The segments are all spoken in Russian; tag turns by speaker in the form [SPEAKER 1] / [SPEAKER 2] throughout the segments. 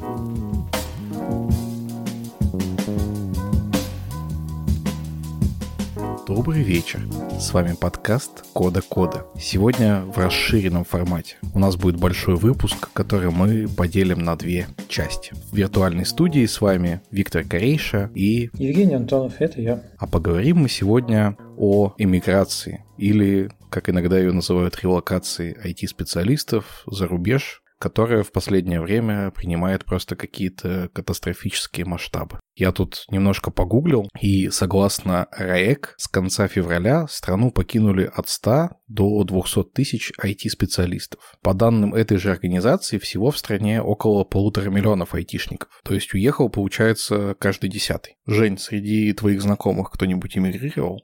[SPEAKER 1] Добрый вечер. С вами подкаст Кода Кода. Сегодня в расширенном формате. У нас будет большой выпуск, который мы поделим на две части. В виртуальной студии с вами Виктор Корейша и
[SPEAKER 2] Евгений Антонов, это я.
[SPEAKER 1] А поговорим мы сегодня о эмиграции, или, как иногда ее называют, релокации IT-специалистов за рубеж, которая в последнее время принимает просто какие-то катастрофические масштабы. Я тут немножко погуглил, и согласно РАЭК, с конца февраля страну покинули от 100 до 200 тысяч IT-специалистов. По данным этой же организации, всего в стране около 1,5 миллиона айтишников. То есть уехал, получается, каждый 10-й. Жень, среди твоих знакомых кто-нибудь эмигрировал?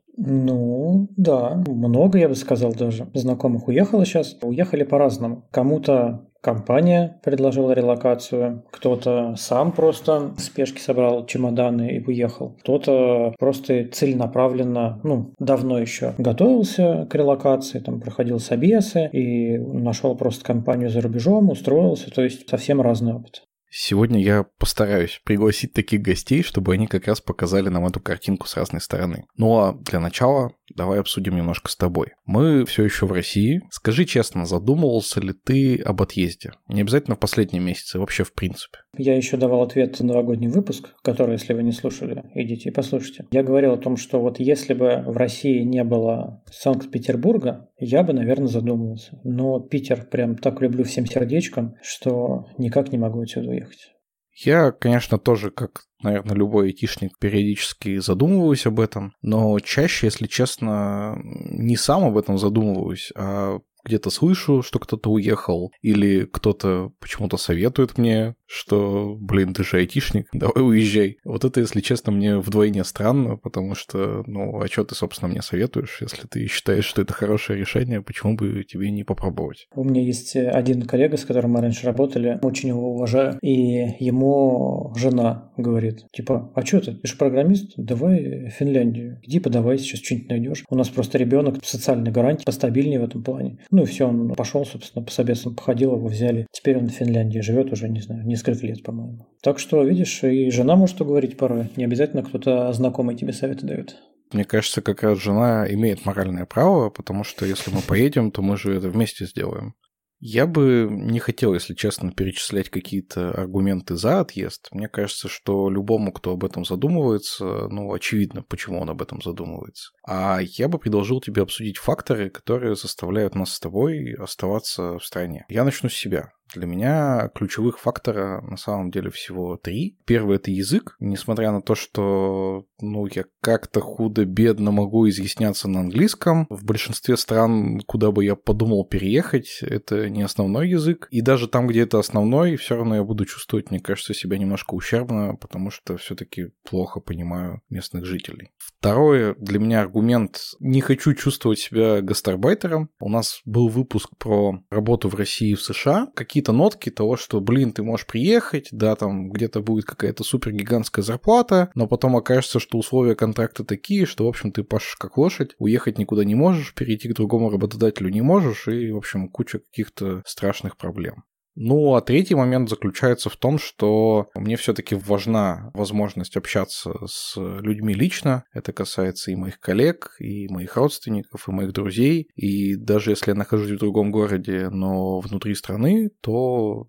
[SPEAKER 2] Ну, да, много, я бы сказал, даже. Знакомых уехало сейчас. Уехали по-разному. Кому-то компания предложила релокацию, кто-то сам просто в спешке собрал чемоданы и уехал, кто-то просто целенаправленно, давно еще готовился к релокации, там проходил собесы и нашел просто компанию за рубежом, устроился, то есть совсем разный опыт.
[SPEAKER 1] Сегодня я постараюсь пригласить таких гостей, чтобы они как раз показали нам эту картинку с разной стороны. Ну а для начала давай обсудим немножко с тобой. Мы все еще в России. Скажи честно, задумывался ли ты об отъезде? Не обязательно в последние месяцы, вообще в принципе.
[SPEAKER 2] Я еще давал ответ на новогодний выпуск, который, если вы не слушали, идите и послушайте. Я говорил о том, что вот если бы в России не было Санкт-Петербурга, я бы, наверное, задумывался. Но Питер прям так люблю всем сердечком, что никак не могу отсюда уехать.
[SPEAKER 1] Я, конечно, тоже, как, наверное, любой айтишник, периодически задумываюсь об этом, но чаще, если честно, не сам об этом задумываюсь, а где-то слышу, что кто-то уехал, или кто-то почему-то советует мне, что, ты же айтишник, давай уезжай. Вот это, если честно, мне вдвойне странно, потому что, а что ты, собственно, мне советуешь, если ты считаешь, что это хорошее решение, почему бы тебе не попробовать?
[SPEAKER 2] У меня есть один коллега, с которым мы раньше работали, очень его уважаю, и ему жена говорит, а что ты же программист, давай в Финляндию, иди подавай, сейчас что-нибудь найдешь. У нас просто ребенок социальной гарантии, постабильнее в этом плане. И все, он пошел, собственно, по собесам походил, его взяли. Теперь он в Финляндии живет уже, не знаю, несколько лет, по-моему. Так что, видишь, и жена может уговорить порой. Не обязательно кто-то знакомый тебе советы дает.
[SPEAKER 1] Мне кажется, как раз жена имеет моральное право, потому что если мы поедем, то мы же это вместе сделаем. Я бы не хотел, если честно, перечислять какие-то аргументы за отъезд. Мне кажется, что любому, кто об этом задумывается, очевидно, почему он об этом задумывается. А я бы предложил тебе обсудить факторы, которые заставляют нас с тобой оставаться в стране. Я начну с себя. Для меня ключевых фактора на самом деле всего 3. Первый — это язык. Несмотря на то, что я как-то худо-бедно могу изъясняться на английском, в большинстве стран, куда бы я подумал переехать, это не основной язык. И даже там, где это основной, все равно я буду чувствовать, мне кажется, себя немножко ущербно, потому что все-таки плохо понимаю местных жителей. Второе, для меня аргумент: не хочу чувствовать себя гастарбайтером. У нас был выпуск про работу в России и в США. Какие-то нотки того, что, ты можешь приехать, да, там где-то будет какая-то супергигантская зарплата, но потом окажется, что условия контракта такие, что, в общем, ты пашешь как лошадь, уехать никуда не можешь, перейти к другому работодателю не можешь, и, в общем, куча каких-то страшных проблем. А третий момент заключается в том, что мне все-таки важна возможность общаться с людьми лично. Это касается и моих коллег, и моих родственников, и моих друзей. И даже если я нахожусь в другом городе, но внутри страны, то,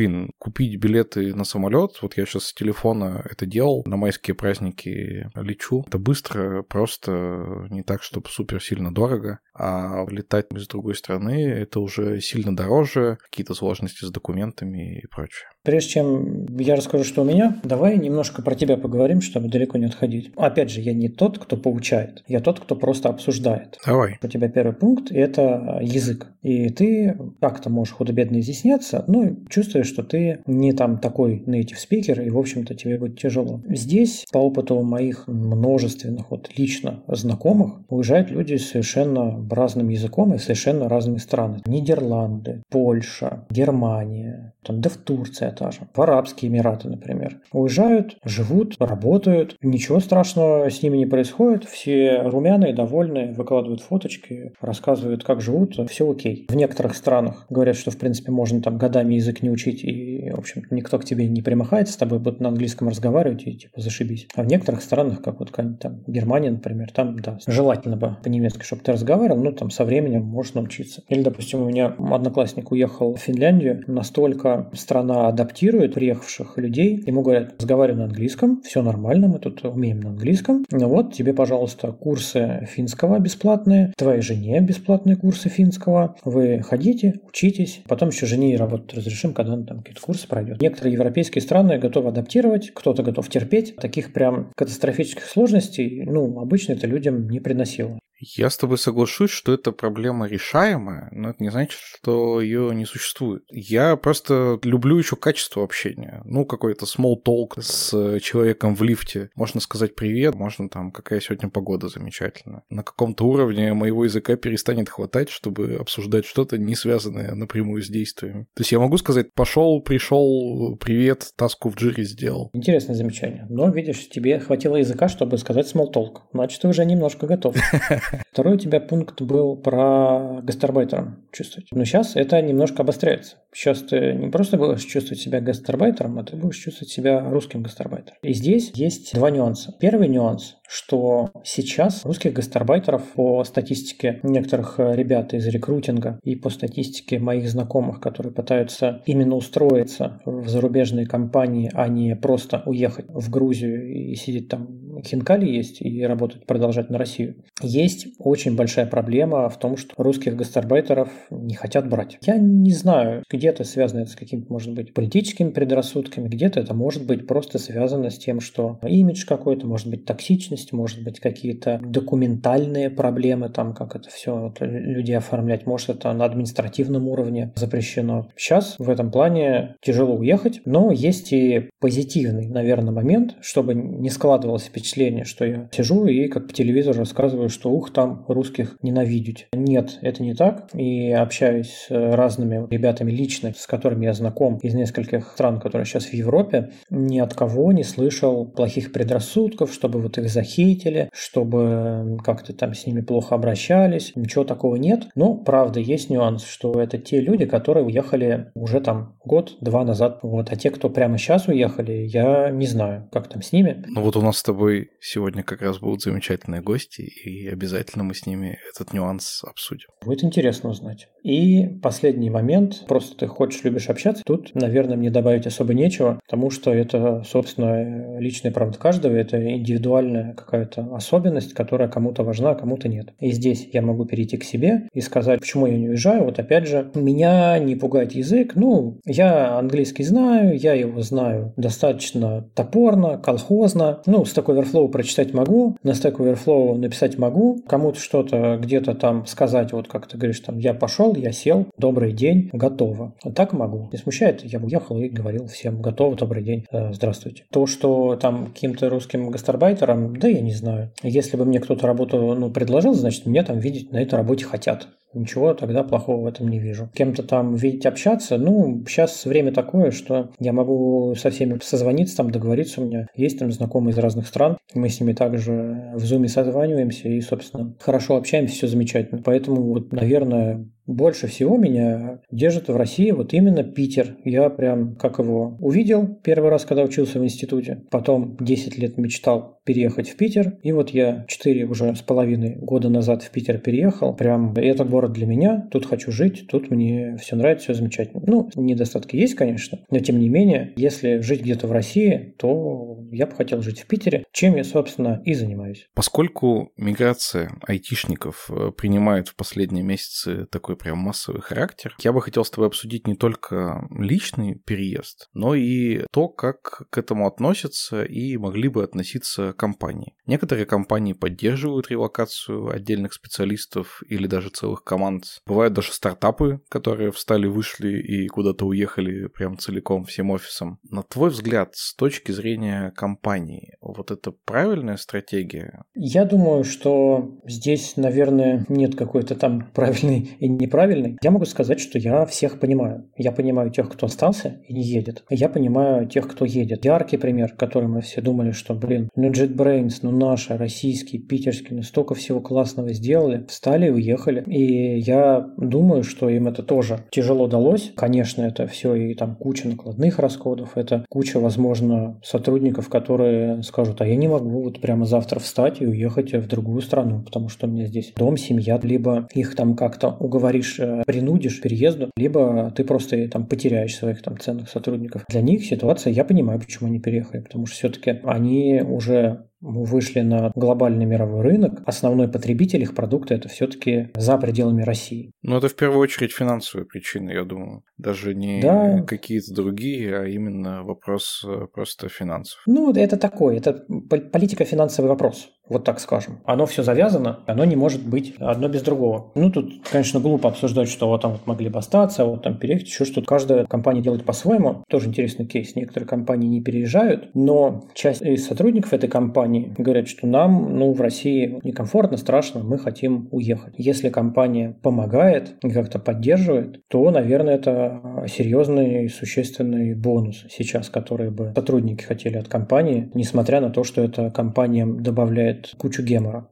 [SPEAKER 1] купить билеты на самолет. Вот я сейчас с телефона это делал. На майские праздники лечу. Это быстро, просто не так, чтобы супер сильно дорого. А летать из другой страны — это уже сильно дороже, какие-то сложности с документами и прочее.
[SPEAKER 2] Прежде чем я расскажу, что у меня, давай немножко про тебя поговорим, чтобы далеко не отходить. Опять же, я не тот, кто поучает, я тот, кто просто обсуждает.
[SPEAKER 1] Давай.
[SPEAKER 2] У тебя первый пункт – это язык. И ты как-то можешь худо-бедно изъясняться, чувствуешь, что ты не там такой native speaker, и, в общем-то, тебе будет тяжело. Здесь, по опыту моих множественных лично знакомых, уезжают люди совершенно разным языком и совершенно разными странами. Нидерланды, Польша, Германия, да в Турция та же, в Арабские Эмираты, например. Уезжают, живут, работают, ничего страшного с ними не происходит, все румяные, довольные, выкладывают фоточки, рассказывают, как живут, все окей. В некоторых странах говорят, что, в принципе, можно годами язык не учить и и, в общем, никто к тебе не примахается, с тобой будут на английском разговаривать и, типа, зашибись. А в некоторых странах, как вот там Германия, например, там, да, желательно бы по-немецки, чтобы ты разговаривал, но там со временем можешь научиться. Или, допустим, у меня одноклассник уехал в Финляндию, настолько страна адаптирует приехавших людей, ему говорят, разговаривай на английском, все нормально, мы тут умеем на английском, вот тебе, пожалуйста, курсы финского бесплатные, твоей жене бесплатные курсы финского, вы ходите, учитесь, потом еще жене и работать разрешим, когда он там какие-то курсы пройдет. Некоторые европейские страны готовы адаптировать, кто-то готов терпеть, таких прям катастрофических сложностей, обычно это людям не приносило.
[SPEAKER 1] Я с тобой соглашусь, что эта проблема решаемая, но это не значит, что ее не существует. Я просто люблю еще качество общения. Какой-то small talk с человеком в лифте. Можно сказать привет, можно там, какая сегодня погода замечательная. На каком-то уровне моего языка перестанет хватать, чтобы обсуждать что-то, не связанное напрямую с действиями. То есть я могу сказать, пошел, пришел, привет, таску в джире сделал.
[SPEAKER 2] Интересное замечание. Но, видишь, тебе хватило языка, чтобы сказать small talk. Значит, ты уже немножко готов. Второй у тебя пункт был про гастарбайтера чувствовать. Но сейчас это немножко обостряется. Сейчас ты не просто будешь чувствовать себя гастарбайтером, а ты будешь чувствовать себя русским гастарбайтером. И здесь есть два нюанса. Первый нюанс, что сейчас русских гастарбайтеров по статистике некоторых ребят из рекрутинга и по статистике моих знакомых, которые пытаются именно устроиться в зарубежные компании, а не просто уехать в Грузию и сидеть там, хинкали есть и работать, продолжать на Россию. Есть очень большая проблема в том, что русских гастарбайтеров не хотят брать. Я не знаю, где-то связано это с какими-то, может быть, политическими предрассудками, где-то это может быть просто связано с тем, что имидж какой-то, может быть, токсичность, может быть, какие-то документальные проблемы, там, как это все людей оформлять, может, это на административном уровне запрещено. Сейчас в этом плане тяжело уехать, но есть и позитивный, наверное, момент, чтобы не складывалось впечатление, что я сижу и как по телевизору рассказываю, что там русских ненавидеть. Нет, это не так. И общаюсь с разными ребятами лично, с которыми я знаком из нескольких стран, которые сейчас в Европе, ни от кого не слышал плохих предрассудков, чтобы вот их захейтили, чтобы как-то там с ними плохо обращались. Ничего такого нет. Но, правда, есть нюанс, что это те люди, которые уехали уже там год-два назад. Вот. А те, кто прямо сейчас уехали, я не знаю, как там с ними.
[SPEAKER 1] Вот у нас с тобой сегодня как раз будут замечательные гости, и обязательно мы с ними этот нюанс обсудим.
[SPEAKER 2] Будет интересно узнать. И последний момент. Просто ты хочешь, любишь общаться. Тут, наверное, мне добавить особо нечего, потому что это, собственно, личная правда каждого. Это индивидуальная какая-то особенность, которая кому-то важна, а кому-то нет. И здесь я могу перейти к себе и сказать, почему я не уезжаю. Вот опять же, меня не пугает язык. Я английский знаю, я его знаю достаточно топорно, колхозно. Stack Overflow прочитать могу, на Stack Overflow написать могу, кому-то что-то где-то там сказать, вот как ты говоришь, там, я пошел, я сел, добрый день, готово. Так могу. Не смущает, я уехал и говорил всем, готово, добрый день, здравствуйте. То, что там каким-то русским гастарбайтерам, да я не знаю. Если бы мне кто-то работу предложил, значит, меня там видеть на этой работе хотят. Ничего тогда плохого в этом не вижу. Кем-то там видеть, общаться, сейчас время такое, что я могу со всеми созвониться, там договориться, у меня есть там знакомые из разных стран, мы с ними также в Zoom созваниваемся и, собственно, хорошо общаемся, все замечательно. Поэтому, наверное, больше всего меня держит в России вот именно Питер. Я прям как его увидел первый раз, когда учился в институте. Потом 10 лет мечтал переехать в Питер. И вот я 4,5 года назад в Питер переехал. Прям это город для меня. Тут хочу жить, тут мне все нравится, все замечательно. Недостатки есть, конечно. Но тем не менее, если жить где-то в России, то я бы хотел жить в Питере, чем я, собственно, и занимаюсь.
[SPEAKER 1] Поскольку миграция айтишников принимает в последние месяцы такой прям массовый характер, я бы хотел с тобой обсудить не только личный переезд, но и то, как к этому относятся и могли бы относиться компании. Некоторые компании поддерживают релокацию отдельных специалистов или даже целых команд. Бывают даже стартапы, которые встали, вышли и куда-то уехали прям целиком всем офисом. На твой взгляд, с точки зрения компании, вот это правильная стратегия?
[SPEAKER 2] Я думаю, что здесь, наверное, нет какой-то там правильной и неправильной. Я могу сказать, что я всех понимаю. Я понимаю тех, кто остался и не едет. Я понимаю тех, кто едет. Яркий пример, который мы все думали, что, JetBrains, наши, российские, питерские, столько всего классного сделали, встали и уехали. И я думаю, что им это тоже тяжело далось. Конечно, это все и там куча накладных расходов, это куча, возможно, сотрудников, которые скажут, а я не могу вот прямо завтра встать и уехать в другую страну, потому что у меня здесь дом, семья, либо их там как-то уговоришь, принудишь к переезду, либо ты просто там потеряешь своих там ценных сотрудников. Для них ситуация, я понимаю, почему они переехали, потому что все-таки они уже вышли на глобальный мировой рынок. Основной потребитель их продукта это все-таки за пределами России.
[SPEAKER 1] Это в первую очередь финансовые причины, я думаю. Даже не какие-то другие, а именно вопрос просто финансов.
[SPEAKER 2] Это такой, это политико-финансовый вопрос. Вот так скажем. Оно все завязано, оно не может быть одно без другого. Тут, конечно, глупо обсуждать, что вот там вот могли бы остаться, вот там переехать, еще что-то. Каждая компания делает по-своему. Тоже интересный кейс. Некоторые компании не переезжают, но часть из сотрудников этой компании говорят, что нам, в России некомфортно, страшно, мы хотим уехать. Если компания помогает и как-то поддерживает, то, наверное, это серьезный и существенный бонус сейчас, который бы сотрудники хотели от компании, несмотря на то, что эта компания добавляет кучу гемора.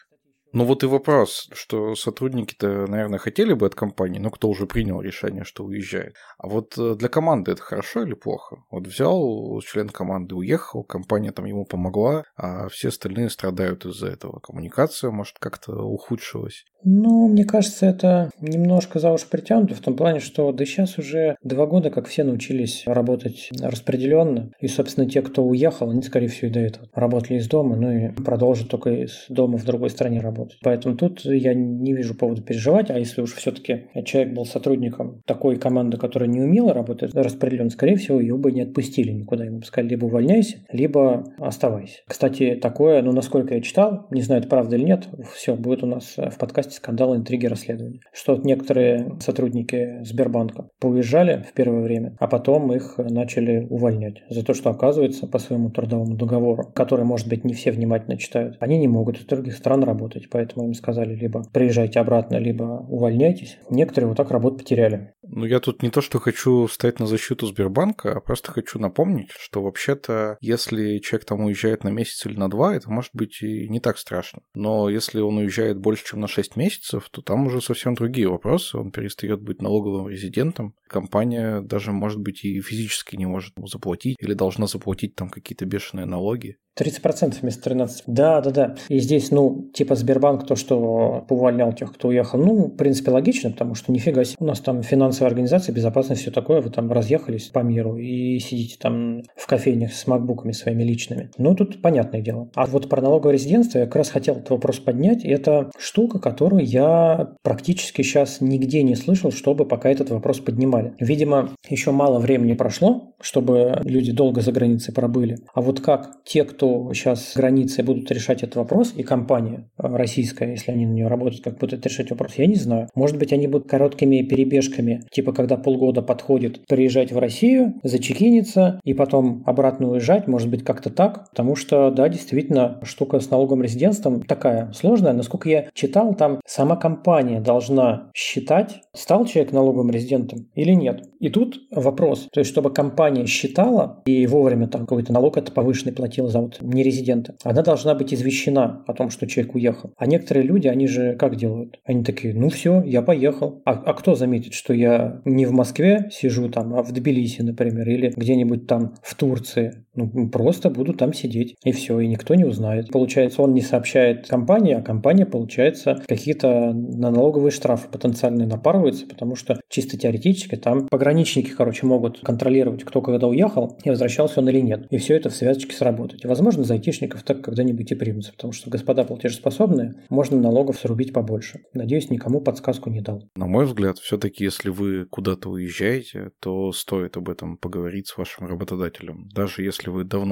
[SPEAKER 1] И вопрос, что сотрудники-то, наверное, хотели бы от компании, но кто уже принял решение, что уезжает. А вот для команды это хорошо или плохо? Вот взял член команды, уехал, компания там ему помогла, а все остальные страдают из-за этого. Коммуникация, может, как-то ухудшилась.
[SPEAKER 2] Мне кажется, это немножко за уши притянуто в том плане, что сейчас уже 2 года, как все научились работать распределенно. И, собственно, те, кто уехал, они, скорее всего, и до этого работали из дома, и продолжат только из дома в другой стране работать. Поэтому тут я не вижу повода переживать, а если уж все-таки человек был сотрудником такой команды, которая не умела работать распределенно, скорее всего, ее бы не отпустили никуда. Ему бы сказали, либо увольняйся, либо оставайся. Кстати, такое, насколько я читал, не знаю, это правда или нет, все, будет у нас в подкасте скандалы, интриги, расследования. Что некоторые сотрудники Сбербанка поуезжали в первое время, а потом их начали увольнять за то, что, оказывается, по своему трудовому договору, который, может быть, не все внимательно читают, они не могут из других стран работать, поэтому им сказали либо приезжайте обратно, либо увольняйтесь. Некоторые вот так работу потеряли.
[SPEAKER 1] Я тут не то, что хочу встать на защиту Сбербанка, а просто хочу напомнить, что вообще-то, если человек там уезжает на месяц или на 2, это может быть и не так страшно. Но если он уезжает больше, чем на 6 месяцев, то там уже совсем другие вопросы. Он перестает быть налоговым резидентом. Компания даже, может быть, и физически не может ему заплатить или должна заплатить там какие-то бешеные налоги.
[SPEAKER 2] 30% вместо 13%. Да. И здесь, Сбербанк, то, что поувольнял тех, кто уехал, в принципе, логично, потому что нифига себе. У нас там финансовая организация, безопасность, все такое. Вы там разъехались по миру и сидите там в кофейнях с макбуками своими личными. Тут понятное дело. А вот про налоговое резидентство я как раз хотел этот вопрос поднять. Это штука, которую я практически сейчас нигде не слышал, чтобы пока этот вопрос поднимали. Видимо, еще мало времени прошло, чтобы люди долго за границей пробыли. А вот как те, кто сейчас с границей будут решать этот вопрос, и компания российская, если они на нее работают, как будут решать вопрос, я не знаю. Может быть, они будут короткими перебежками, типа когда полгода подходит, приезжать в Россию, зачекиниться и потом обратно уезжать, может быть, как-то так, потому что, да, действительно, штука с налоговым резидентством такая сложная. Насколько я читал, там сама компания должна считать, стал человек налоговым резидентом или нет. И тут вопрос, то есть, чтобы компания считала и вовремя там какой-то налог это повышенный платила за нерезидента, она должна быть извещена о том, что человек уехал. А некоторые люди, они же как делают? Они такие, все, я поехал. А кто заметит, что я не в Москве сижу там, а в Тбилиси, например, или где-нибудь там в Турции? Просто буду там сидеть. И все, и никто не узнает. Получается, он не сообщает компании, а компания, получается, какие-то на налоговые штрафы потенциальные напарываются, потому что чисто теоретически там пограничники, могут контролировать, кто когда уехал, и возвращался он или нет. И все это в связочке сработать. И, возможно, за айтишников так когда-нибудь и примутся, потому что господа платежеспособные, можно налогов срубить побольше. Надеюсь, никому подсказку не дал.
[SPEAKER 1] На мой взгляд, все-таки, если вы куда-то уезжаете, то стоит об этом поговорить с вашим работодателем. Даже если вы давно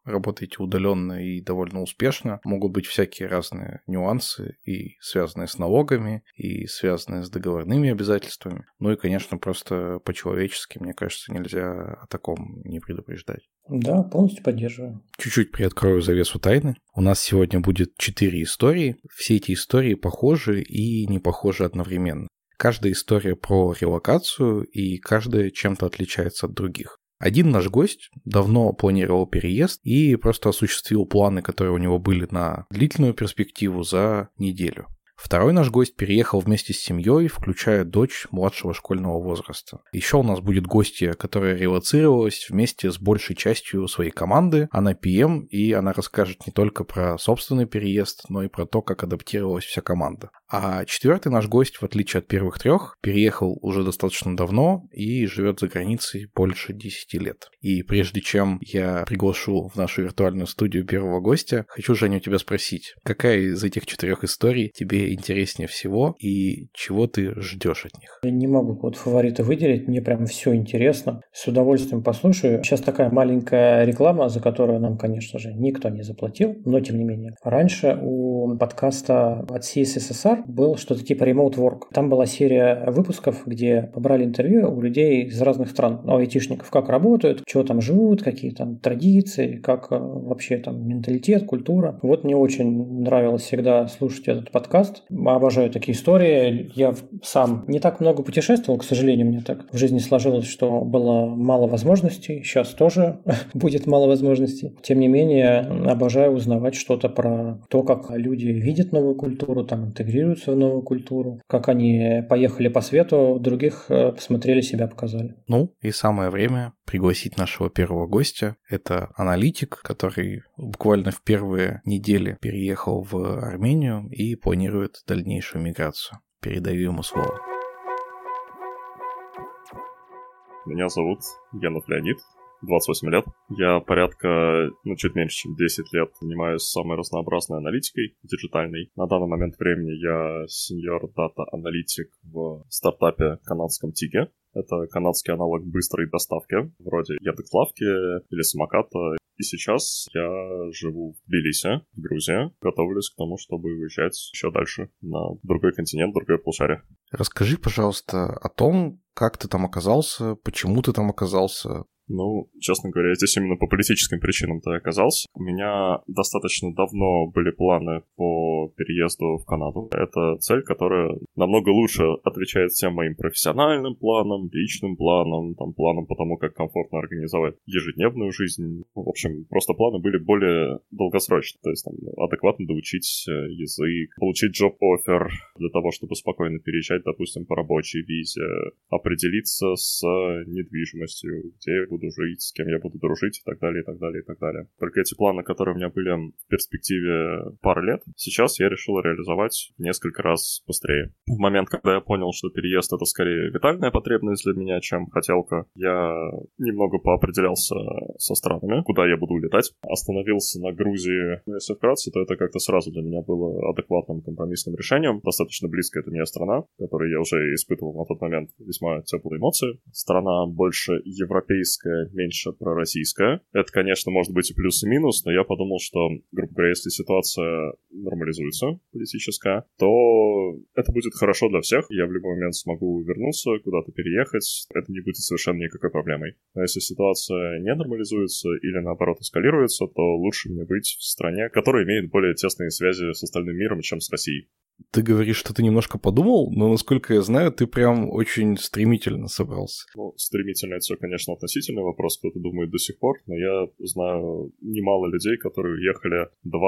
[SPEAKER 1] работаете удаленно и довольно успешно, могут быть всякие разные нюансы, и связанные с налогами, и связанные с договорными обязательствами. Ну и, конечно, просто по-человечески, мне кажется, нельзя о таком не предупреждать.
[SPEAKER 2] Да, полностью поддерживаю.
[SPEAKER 1] Чуть-чуть приоткрою завесу тайны. У нас сегодня будет 4 истории. Все эти истории похожи и не похожи одновременно. Каждая история про релокацию, и каждая чем-то отличается от других. Один наш гость давно планировал переезд и просто осуществил планы, которые у него были на длительную перспективу, за неделю. Второй наш гость переехал вместе с семьей, включая дочь младшего школьного возраста. Еще у нас будет гостья, которая релоцировалась вместе с большей частью своей команды. Она PM, и она расскажет не только про собственный переезд, но и про то, как адаптировалась вся команда. А четвертый наш гость, в отличие от первых трех, переехал уже достаточно давно и живет за границей больше 10 лет. И прежде чем я приглашу в нашу виртуальную студию первого гостя, хочу, Женя, у тебя спросить, какая из этих 4 историй тебе интереснее всего и чего ты ждешь от них?
[SPEAKER 2] Я не могу вот фаворита выделить, мне прям все интересно. С удовольствием послушаю. Сейчас такая маленькая реклама, за которую нам, конечно же, никто не заплатил, но тем не менее. Раньше у подкаста от CSSR был что-то типа Remote Work. Там была серия выпусков, где побрали интервью у людей из разных стран, у айтишников, как работают, чего там живут, какие там традиции, как вообще там менталитет, культура. Вот мне очень нравилось всегда слушать этот подкаст. Обожаю такие истории. Я сам не так много путешествовал, к сожалению, мне так в жизни сложилось, что было мало возможностей. Сейчас тоже будет мало возможностей. Тем не менее, обожаю узнавать что-то про то, как люди видят новую культуру, там интегрируются в новую культуру, как они поехали по свету, других посмотрели, себя показали.
[SPEAKER 1] Ну и самое время пригласить нашего первого гостя. Это аналитик, который буквально в первые недели переехал в Армению и планирует дальнейшую миграцию. Передаю ему слово.
[SPEAKER 3] Меня зовут Янов Леонид, 28 лет. Я порядка, чуть меньше, чем 10 лет занимаюсь самой разнообразной аналитикой диджитальной. На данный момент времени я senior data аналитик в стартапе канадском Тиге. Это канадский аналог быстрой доставки, вроде Яндекс.Лавки или Самоката. И сейчас я живу в Тбилиси, в Грузии. Готовлюсь к тому, чтобы уезжать еще дальше на другой континент, другое полушарие.
[SPEAKER 1] Расскажи, пожалуйста, о том, как ты там оказался, почему ты там оказался.
[SPEAKER 3] Честно говоря, я здесь именно по политическим причинам-то оказался. У меня достаточно давно были планы по переезду в Канаду. Это цель, которая намного лучше отвечает всем моим профессиональным планам, личным планам, планам по тому, как комфортно организовать ежедневную жизнь. В общем, просто планы были более долгосрочные. То есть адекватно доучить язык, получить job-offer для того, чтобы спокойно переезжать, допустим, по рабочей визе, определиться с недвижимостью, где я буду жить, с кем я буду дружить и так далее, и так далее, и так далее. Только эти планы, которые у меня были в перспективе пары лет, сейчас я решил реализовать в несколько раз быстрее. В момент, когда я понял, что переезд — это скорее витальная потребность для меня, чем хотелка, я немного поопределялся со странами, куда я буду улетать. Остановился на Грузии. Если вкратце, то это как-то сразу для меня было адекватным компромиссным решением. Достаточно близкая от меня страна, в которой я уже испытывал на тот момент весьма теплые эмоции. Страна больше европейская, меньше пророссийская. Это, конечно, может быть и плюс, и минус, но я подумал, что, грубо говоря, если ситуация нормализуется политическая, то это будет хорошо для всех. Я в любой момент смогу вернуться, куда-то переехать. Это не будет совершенно никакой проблемой. Но если ситуация не нормализуется или, наоборот, эскалируется, то лучше мне быть в стране, которая имеет более тесные связи с остальным миром, чем с Россией.
[SPEAKER 1] Ты говоришь, что ты немножко подумал, но, насколько я знаю, ты прям очень стремительно собрался.
[SPEAKER 3] Стремительно — это все, конечно, относительный вопрос, кто-то думает до сих пор, но я знаю немало людей, которые уехали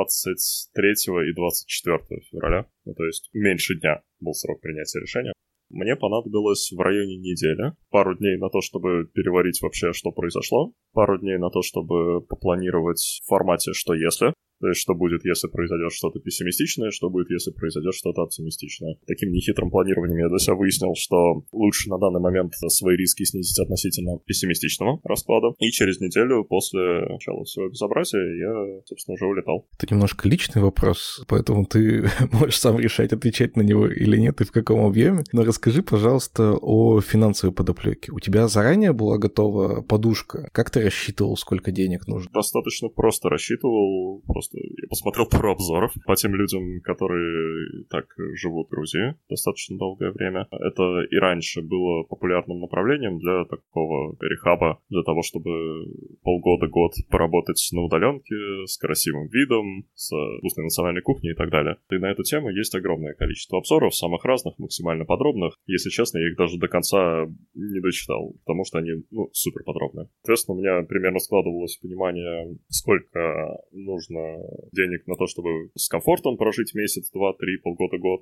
[SPEAKER 3] 23 и 24 февраля, то есть меньше дня был срок принятия решения. Мне понадобилось в районе недели, пару дней на то, чтобы переварить вообще, что произошло, пару дней на то, чтобы попланировать в формате «что если», то есть, что будет, если произойдет что-то пессимистичное, что будет, если произойдет что-то оптимистичное. Таким нехитрым планированием я для себя выяснил, что лучше на данный момент свои риски снизить относительно пессимистичного расклада. И через неделю после начала всего безобразия я, собственно, уже улетал.
[SPEAKER 1] Это немножко личный вопрос, поэтому ты можешь сам решать, отвечать на него или нет, и в каком объеме. Но расскажи, пожалуйста, о финансовой подоплеке. У тебя заранее была готова подушка? Как ты рассчитывал, сколько денег нужно?
[SPEAKER 3] Достаточно просто рассчитывал. Просто я посмотрел пару обзоров по тем людям, которые так живут в Грузии достаточно долгое время. Это и раньше было популярным направлением для такого рехаба, для того, чтобы полгода-год поработать на удаленке с красивым видом, с вкусной национальной кухней и так далее. И на эту тему есть огромное количество обзоров, самых разных, максимально подробных. Если честно, я их даже до конца не дочитал, потому что они, супер подробные. Соответственно, у меня примерно складывалось понимание, сколько нужно денег на то, чтобы с комфортом прожить месяц, 2, 3, полгода, год.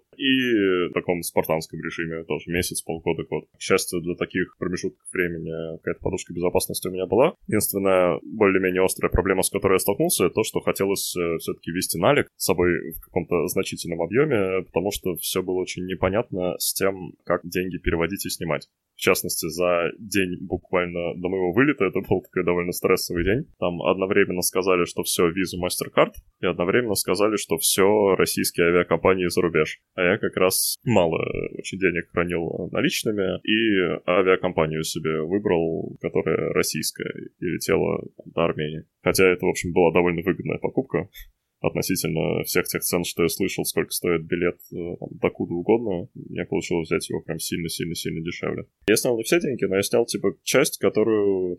[SPEAKER 3] И в таком спартанском режиме тоже месяц, полгода, год. К счастью, для таких промежутков времени какая-то подушка безопасности у меня была. Единственная более-менее острая проблема, с которой я столкнулся, это то, что хотелось все-таки вести налик с собой в каком-то значительном объеме, потому что все было очень непонятно с тем, как деньги переводить и снимать. В частности, за день буквально до моего вылета, это был такой довольно стрессовый день. Там одновременно сказали, что все Visa, MasterCard, и одновременно сказали, что все российские авиакомпании за рубеж. А я как раз мало очень денег хранил наличными, и авиакомпанию себе выбрал, которая российская, и летела до Армении. Хотя это, в общем, была довольно выгодная покупка относительно всех тех цен, что я слышал, сколько стоит билет докуда угодно, я получилось взять его прям сильно-сильно-сильно дешевле. Я снял не все деньги, но я снял, часть, которую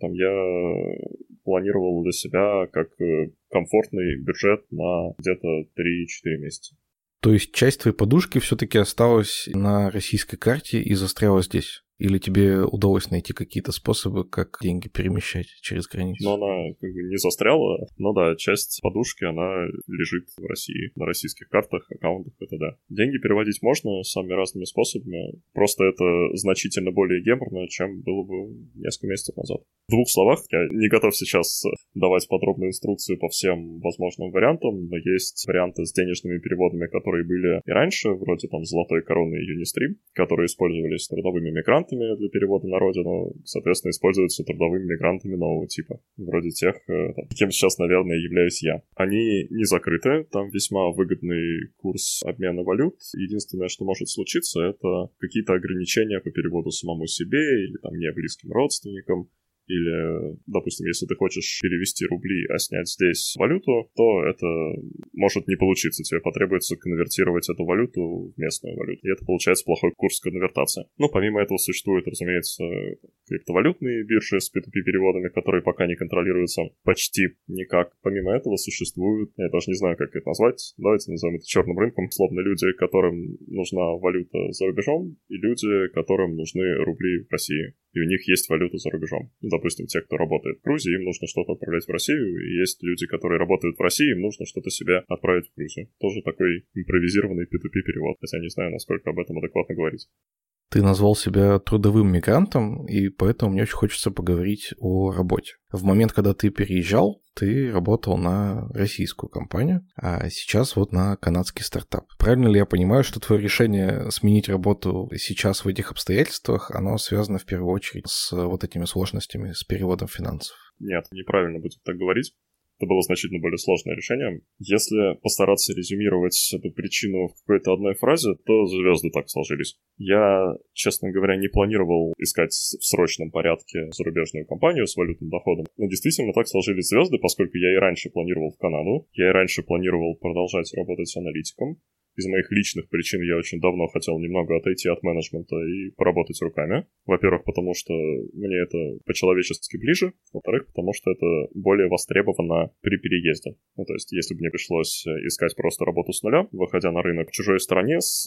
[SPEAKER 3] я планировал для себя как комфортный бюджет на где-то 3-4 месяца.
[SPEAKER 1] То есть часть твоей подушки все-таки осталась на российской карте и застряла здесь? Или тебе удалось найти какие-то способы, как деньги перемещать через границу?
[SPEAKER 3] Но она не застряла. Но да, часть подушки, она лежит в России, на российских картах, аккаунтах, это да. Деньги переводить можно самыми разными способами. Просто это значительно более геморно, чем было бы несколько месяцев назад. В 2 словах, я не готов сейчас давать подробную инструкцию по всем возможным вариантам, но есть варианты с денежными переводами, которые были и раньше, вроде Золотой Короны и Юнистрим, которые использовались трудовыми мигрантами для перевода на родину, соответственно, используются трудовыми мигрантами нового типа, вроде тех, кем сейчас, наверное, являюсь я. Они не закрыты, там весьма выгодный курс обмена валют. Единственное, что может случиться, это какие-то ограничения по переводу самому себе или не близким родственникам. Или, допустим, если ты хочешь перевести рубли, а снять здесь валюту, то это может не получиться. Тебе потребуется конвертировать эту валюту в местную валюту. И это получается плохой курс конвертации. Помимо этого существуют, разумеется, криптовалютные биржи с P2P-переводами, которые пока не контролируются почти никак. Помимо этого существуют, я даже не знаю, как это назвать, давайте назовем это черным рынком, условно люди, которым нужна валюта за рубежом, и люди, которым нужны рубли в России. И у них есть валюта за рубежом. Допустим, те, кто работает в Грузии, им нужно что-то отправлять в Россию, и есть люди, которые работают в России, им нужно что-то себе отправить в Грузию. Тоже такой импровизированный P2P-перевод, хотя не знаю, насколько об этом адекватно говорить.
[SPEAKER 1] Ты назвал себя трудовым мигрантом, и поэтому мне очень хочется поговорить о работе. В момент, когда ты переезжал, ты работал на российскую компанию, а сейчас на канадский стартап. Правильно ли я понимаю, что твое решение сменить работу сейчас в этих обстоятельствах, оно связано в первую очередь с этими сложностями с переводом финансов?
[SPEAKER 3] Нет, неправильно будет так говорить. Это было значительно более сложное решение. Если постараться резюмировать эту причину в какой-то одной фразе, то звезды так сложились. Я, честно говоря, не планировал искать в срочном порядке зарубежную компанию с валютным доходом. Но действительно так сложились звезды, поскольку я и раньше планировал в Канаду, я и раньше планировал продолжать работать аналитиком. Из моих личных причин я очень давно хотел немного отойти от менеджмента и поработать руками. Во-первых, потому что мне это по-человечески ближе. Во-вторых, потому что это более востребовано при переезде. То есть, если бы мне пришлось искать просто работу с нуля, выходя на рынок в чужой стране с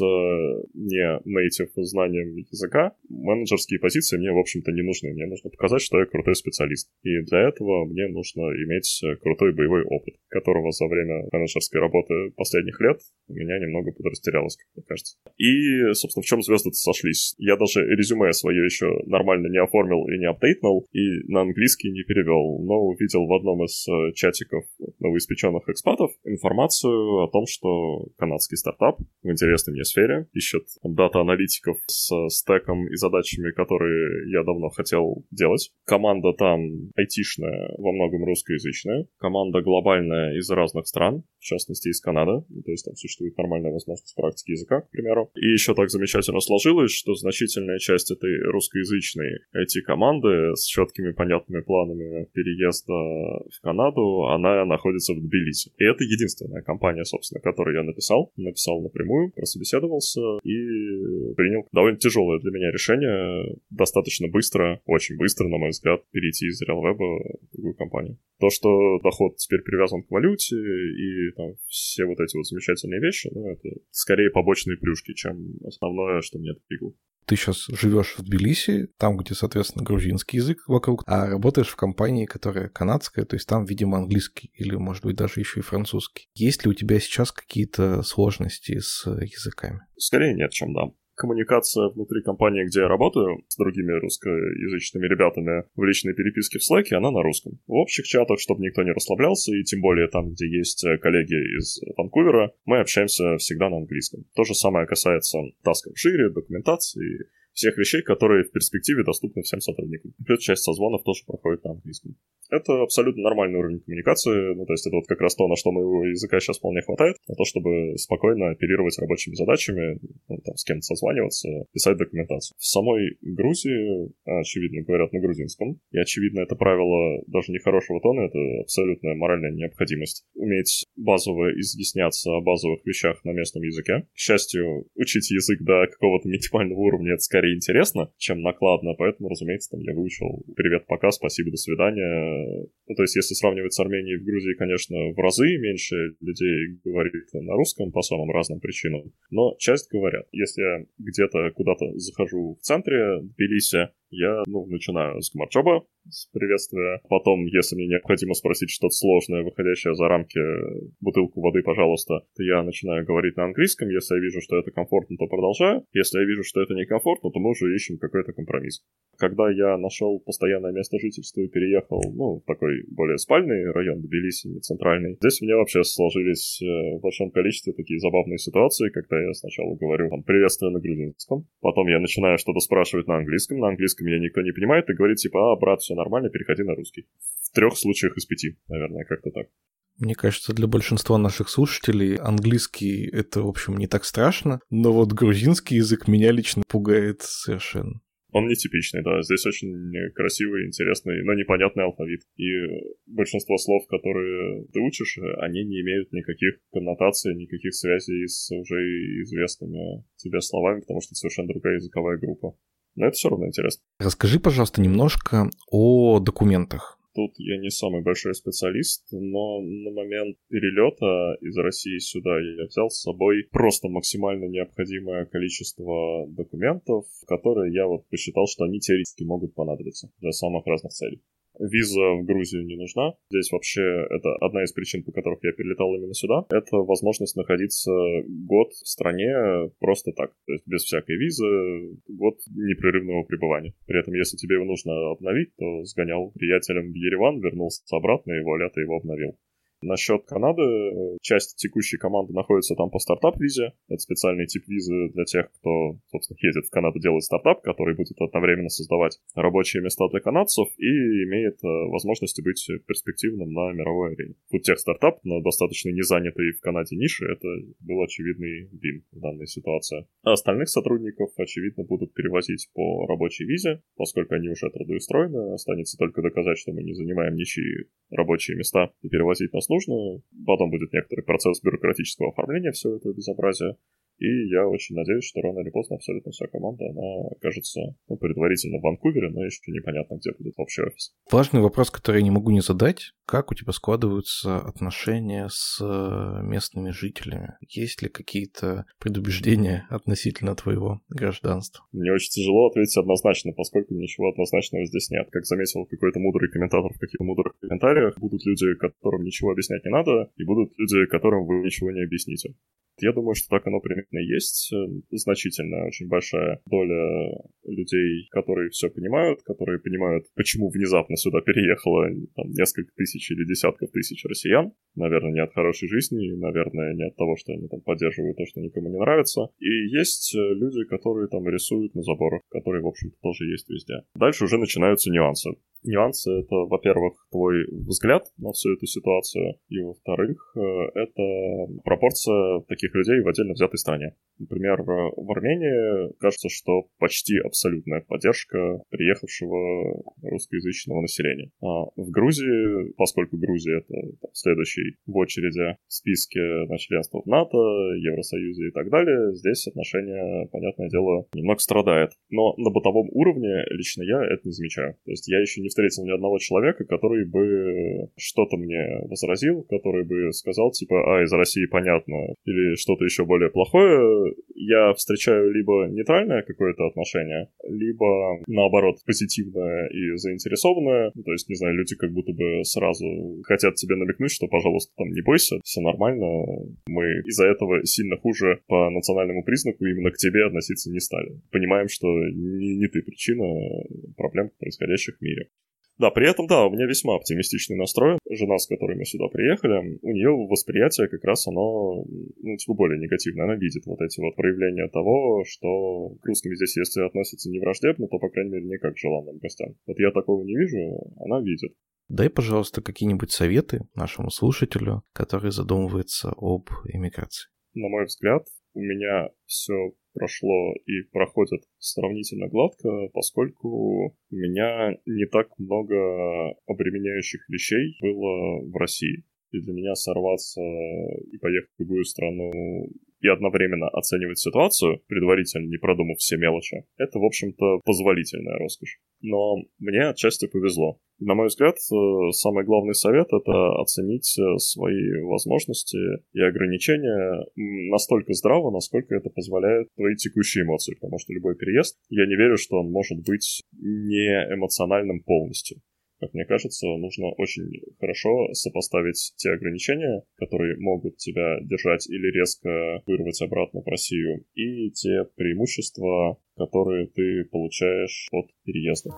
[SPEAKER 3] не native знанием языка, менеджерские позиции мне, в общем-то, не нужны. Мне нужно показать, что я крутой специалист. И для этого мне нужно иметь крутой боевой опыт, которого за время менеджерской работы последних лет у меня немного подрастерялось, как мне кажется. И, собственно, в чем звезды-то сошлись? Я даже резюме свое еще нормально не оформил и не апдейтнул, и на английский не перевел, но увидел в одном из чатиков новоиспеченных экспатов информацию о том, что канадский стартап в интересной мне сфере ищет дата-аналитиков с стеком и задачами, которые я давно хотел делать. Команда там айтишная, во многом русскоязычная. Команда глобальная из разных стран, в частности из Канады. То есть там существует нормальная возможность практики языка, к примеру. И еще так замечательно сложилось, что значительная часть этой русскоязычной IT-команды с четкими понятными планами переезда в Канаду, она находится в Тбилиси. И это единственная компания, собственно, которой я написал. Написал напрямую, прособеседовался и принял довольно тяжелое для меня решение достаточно быстро, очень быстро, на мой взгляд, перейти из RealWeb в другую компанию. То, что доход теперь привязан к валюте и там, все вот эти вот замечательные вещи, ну, это скорее побочные плюшки, чем основное, что меня двигало.
[SPEAKER 1] Ты сейчас живешь в Тбилиси, там, где, соответственно, грузинский язык вокруг, а работаешь в компании, которая канадская, то есть там, видимо, английский или, может быть, даже еще и французский. Есть ли у тебя сейчас какие-то сложности с языками?
[SPEAKER 3] Скорее нет, чем да. Коммуникация внутри компании, где я работаю, с другими русскоязычными ребятами в личной переписке в Slack, она на русском. В общих чатах, чтобы никто не расслаблялся, и тем более там, где есть коллеги из Ванкувера, мы общаемся всегда на английском. То же самое касается тасков шире, документации, всех вещей, которые в перспективе доступны всем сотрудникам. Плюс часть созвонов тоже проходит на английском. Это абсолютно нормальный уровень коммуникации, ну, то есть это вот как раз то, на что моего языка сейчас вполне хватает, на то, чтобы спокойно оперировать рабочими задачами, ну, там, с кем-то созваниваться, писать документацию. В самой Грузии, очевидно, говорят на грузинском, и, очевидно, это правило даже не хорошего тона, это абсолютная моральная необходимость. Уметь базово изъясняться о базовых вещах на местном языке. К счастью, учить язык до какого-то минимального уровня — это скорее интересно, чем накладно, поэтому, разумеется, там я выучил «привет, пока», «спасибо, до свидания». Ну, то есть, если сравнивать с Арменией, в Грузии, конечно, в разы меньше людей говорит на русском по самым разным причинам, но часть говорят. Если я где-то куда-то захожу в центре Тбилиси, я, начинаю с гмарджоба, с приветствия. Потом, если мне необходимо спросить что-то сложное, выходящее за рамки «бутылку воды, пожалуйста», то я начинаю говорить на английском. Если я вижу, что это комфортно, то продолжаю. Если я вижу, что это некомфортно, то мы уже ищем какой-то компромисс. Когда я нашел постоянное место жительства и переехал, в такой более спальный район Тбилиси, не центральный, здесь у меня вообще сложились в большом количестве такие забавные ситуации, когда я сначала говорю приветствие на грузинском, потом я начинаю что-то спрашивать на английском меня никто не понимает, и говорит типа: брат, все нормально, переходи на русский. В 3 случаях из 5, наверное, как-то так.
[SPEAKER 1] Мне кажется, для большинства наших слушателей английский — это, в общем, не так страшно, но вот грузинский язык меня лично пугает совершенно.
[SPEAKER 3] Он нетипичный, да. Здесь очень красивый, интересный, но непонятный алфавит. И большинство слов, которые ты учишь, они не имеют никаких коннотаций, никаких связей с уже известными тебе словами, потому что это совершенно другая языковая группа. Но это все равно интересно.
[SPEAKER 1] Расскажи, пожалуйста, немножко о документах.
[SPEAKER 3] Тут я не самый большой специалист, но на момент перелета из России сюда я взял с собой просто максимально необходимое количество документов, которые я посчитал, что они теоретически могут понадобиться для самых разных целей. Виза в Грузию не нужна. Здесь вообще это одна из причин, по которых я перелетал именно сюда. Это возможность находиться год в стране просто так. То есть без всякой визы, год непрерывного пребывания. При этом, если тебе его нужно обновить, то сгонял приятелям в Ереван, вернулся обратно, и вуаля, ты его обновил. Насчет Канады, часть текущей команды находится там по стартап-визе. Это специальный тип визы для тех, кто, собственно, едет в Канаду делать стартап, который будет одновременно создавать рабочие места для канадцев и имеет возможности быть перспективным на мировой арене. Тут тех-стартап, но достаточно незанятый в Канаде ниши, это был очевидный вин в данной ситуации. А остальных сотрудников, очевидно, будут перевозить по рабочей визе, поскольку они уже трудоустроены. Останется только доказать, что мы не занимаем ничьи рабочие места, и перевозить нас нужно. Потом будет некоторый процесс бюрократического оформления всего этого безобразия. И я очень надеюсь, что рано или поздно абсолютно вся команда, она окажется предварительно в Ванкувере, но еще непонятно, где будет общий офис.
[SPEAKER 1] Важный вопрос, который я не могу не задать. Как у тебя складываются отношения с местными жителями? Есть ли какие-то предубеждения относительно твоего гражданства?
[SPEAKER 3] Мне очень тяжело ответить однозначно, поскольку ничего однозначного здесь нет. Как заметил какой-то мудрый комментатор в каких-то мудрых комментариях, будут люди, которым ничего объяснять не надо, и будут люди, которым вы ничего не объясните. Я думаю, что так оно примерно и есть. Значительная, очень большая доля людей, которые все понимают, почему внезапно сюда переехало несколько тысяч или десятков тысяч россиян. наверное, не от хорошей жизни, наверное, не от того, что они там поддерживают то, что никому не нравится. И есть люди, которые там рисуют на заборах, которые, в общем-то, тоже есть везде. Дальше уже начинаются нюансы. Нюансы — это, во-первых, твой взгляд на всю эту ситуацию, и, во-вторых, это пропорция таких людей в отдельно взятой стране. Например, в Армении кажется, что почти абсолютная поддержка приехавшего русскоязычного населения. А в Грузии, поскольку Грузия — это следующий в очереди в списке на членство в НАТО, Евросоюзе и так далее, здесь отношение, понятное дело, немного страдает. Но на бытовом уровне лично я это не замечаю. То есть я еще не встретил ни одного человека, который бы что-то мне возразил, который бы сказал, типа, из России понятно, или что-то еще более плохое. Я встречаю либо нейтральное какое-то отношение, либо, наоборот, позитивное и заинтересованное. То есть, не знаю, люди как будто бы сразу хотят тебе намекнуть, что, пожалуйста, там не бойся, все нормально. Мы из-за этого сильно хуже по национальному признаку именно к тебе относиться не стали. Понимаем, что не ты причина проблем, происходящих в мире. Да, при этом, да, у меня весьма оптимистичный настрой. Жена, с которой мы сюда приехали, у нее восприятие как раз оно, более негативное. Она видит вот эти вот проявления того, что к русским здесь, если относятся не враждебно, то, по крайней мере, не как к желанным гостям. Вот я такого не вижу, она видит.
[SPEAKER 1] Дай, пожалуйста, какие-нибудь советы нашему слушателю, который задумывается об эмиграции.
[SPEAKER 3] На мой взгляд, у меня все прошло и проходит сравнительно гладко, поскольку у меня не так много обременяющих вещей было в России. И для меня сорваться и поехать в другую страну и одновременно оценивать ситуацию, предварительно не продумав все мелочи, это, в общем-то, позволительная роскошь. Но мне отчасти повезло. И, на мой взгляд, самый главный совет — это оценить свои возможности и ограничения настолько здраво, насколько это позволяет твои текущие эмоции. Потому что любой переезд, я не верю, что он может быть не эмоциональным полностью. Как мне кажется, нужно очень хорошо сопоставить те ограничения, которые могут тебя держать или резко вырвать обратно в Россию, и те преимущества, которые ты получаешь от переезда.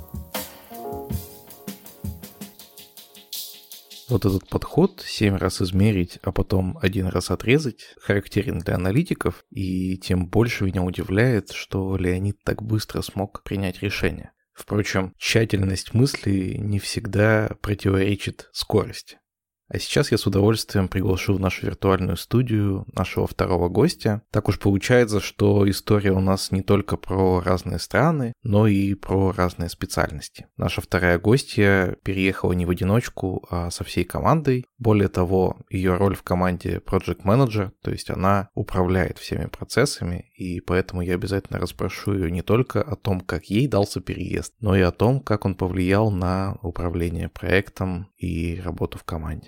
[SPEAKER 1] Вот этот подход 7 раз измерить, а потом 1 раз отрезать, характерен для аналитиков, и тем больше меня удивляет, что Леонид так быстро смог принять решение. Впрочем, тщательность мысли не всегда противоречит скорости. А сейчас я с удовольствием приглашу в нашу виртуальную студию нашего второго гостя. Так уж получается, что история у нас не только про разные страны, но и про разные специальности. Наша вторая гостья переехала не в одиночку, а со всей командой. Более того, ее роль в команде Project Manager, то есть она управляет всеми процессами, и поэтому я обязательно расспрошу ее не только о том, как ей дался переезд, но и о том, как он повлиял на управление проектом и работу в команде.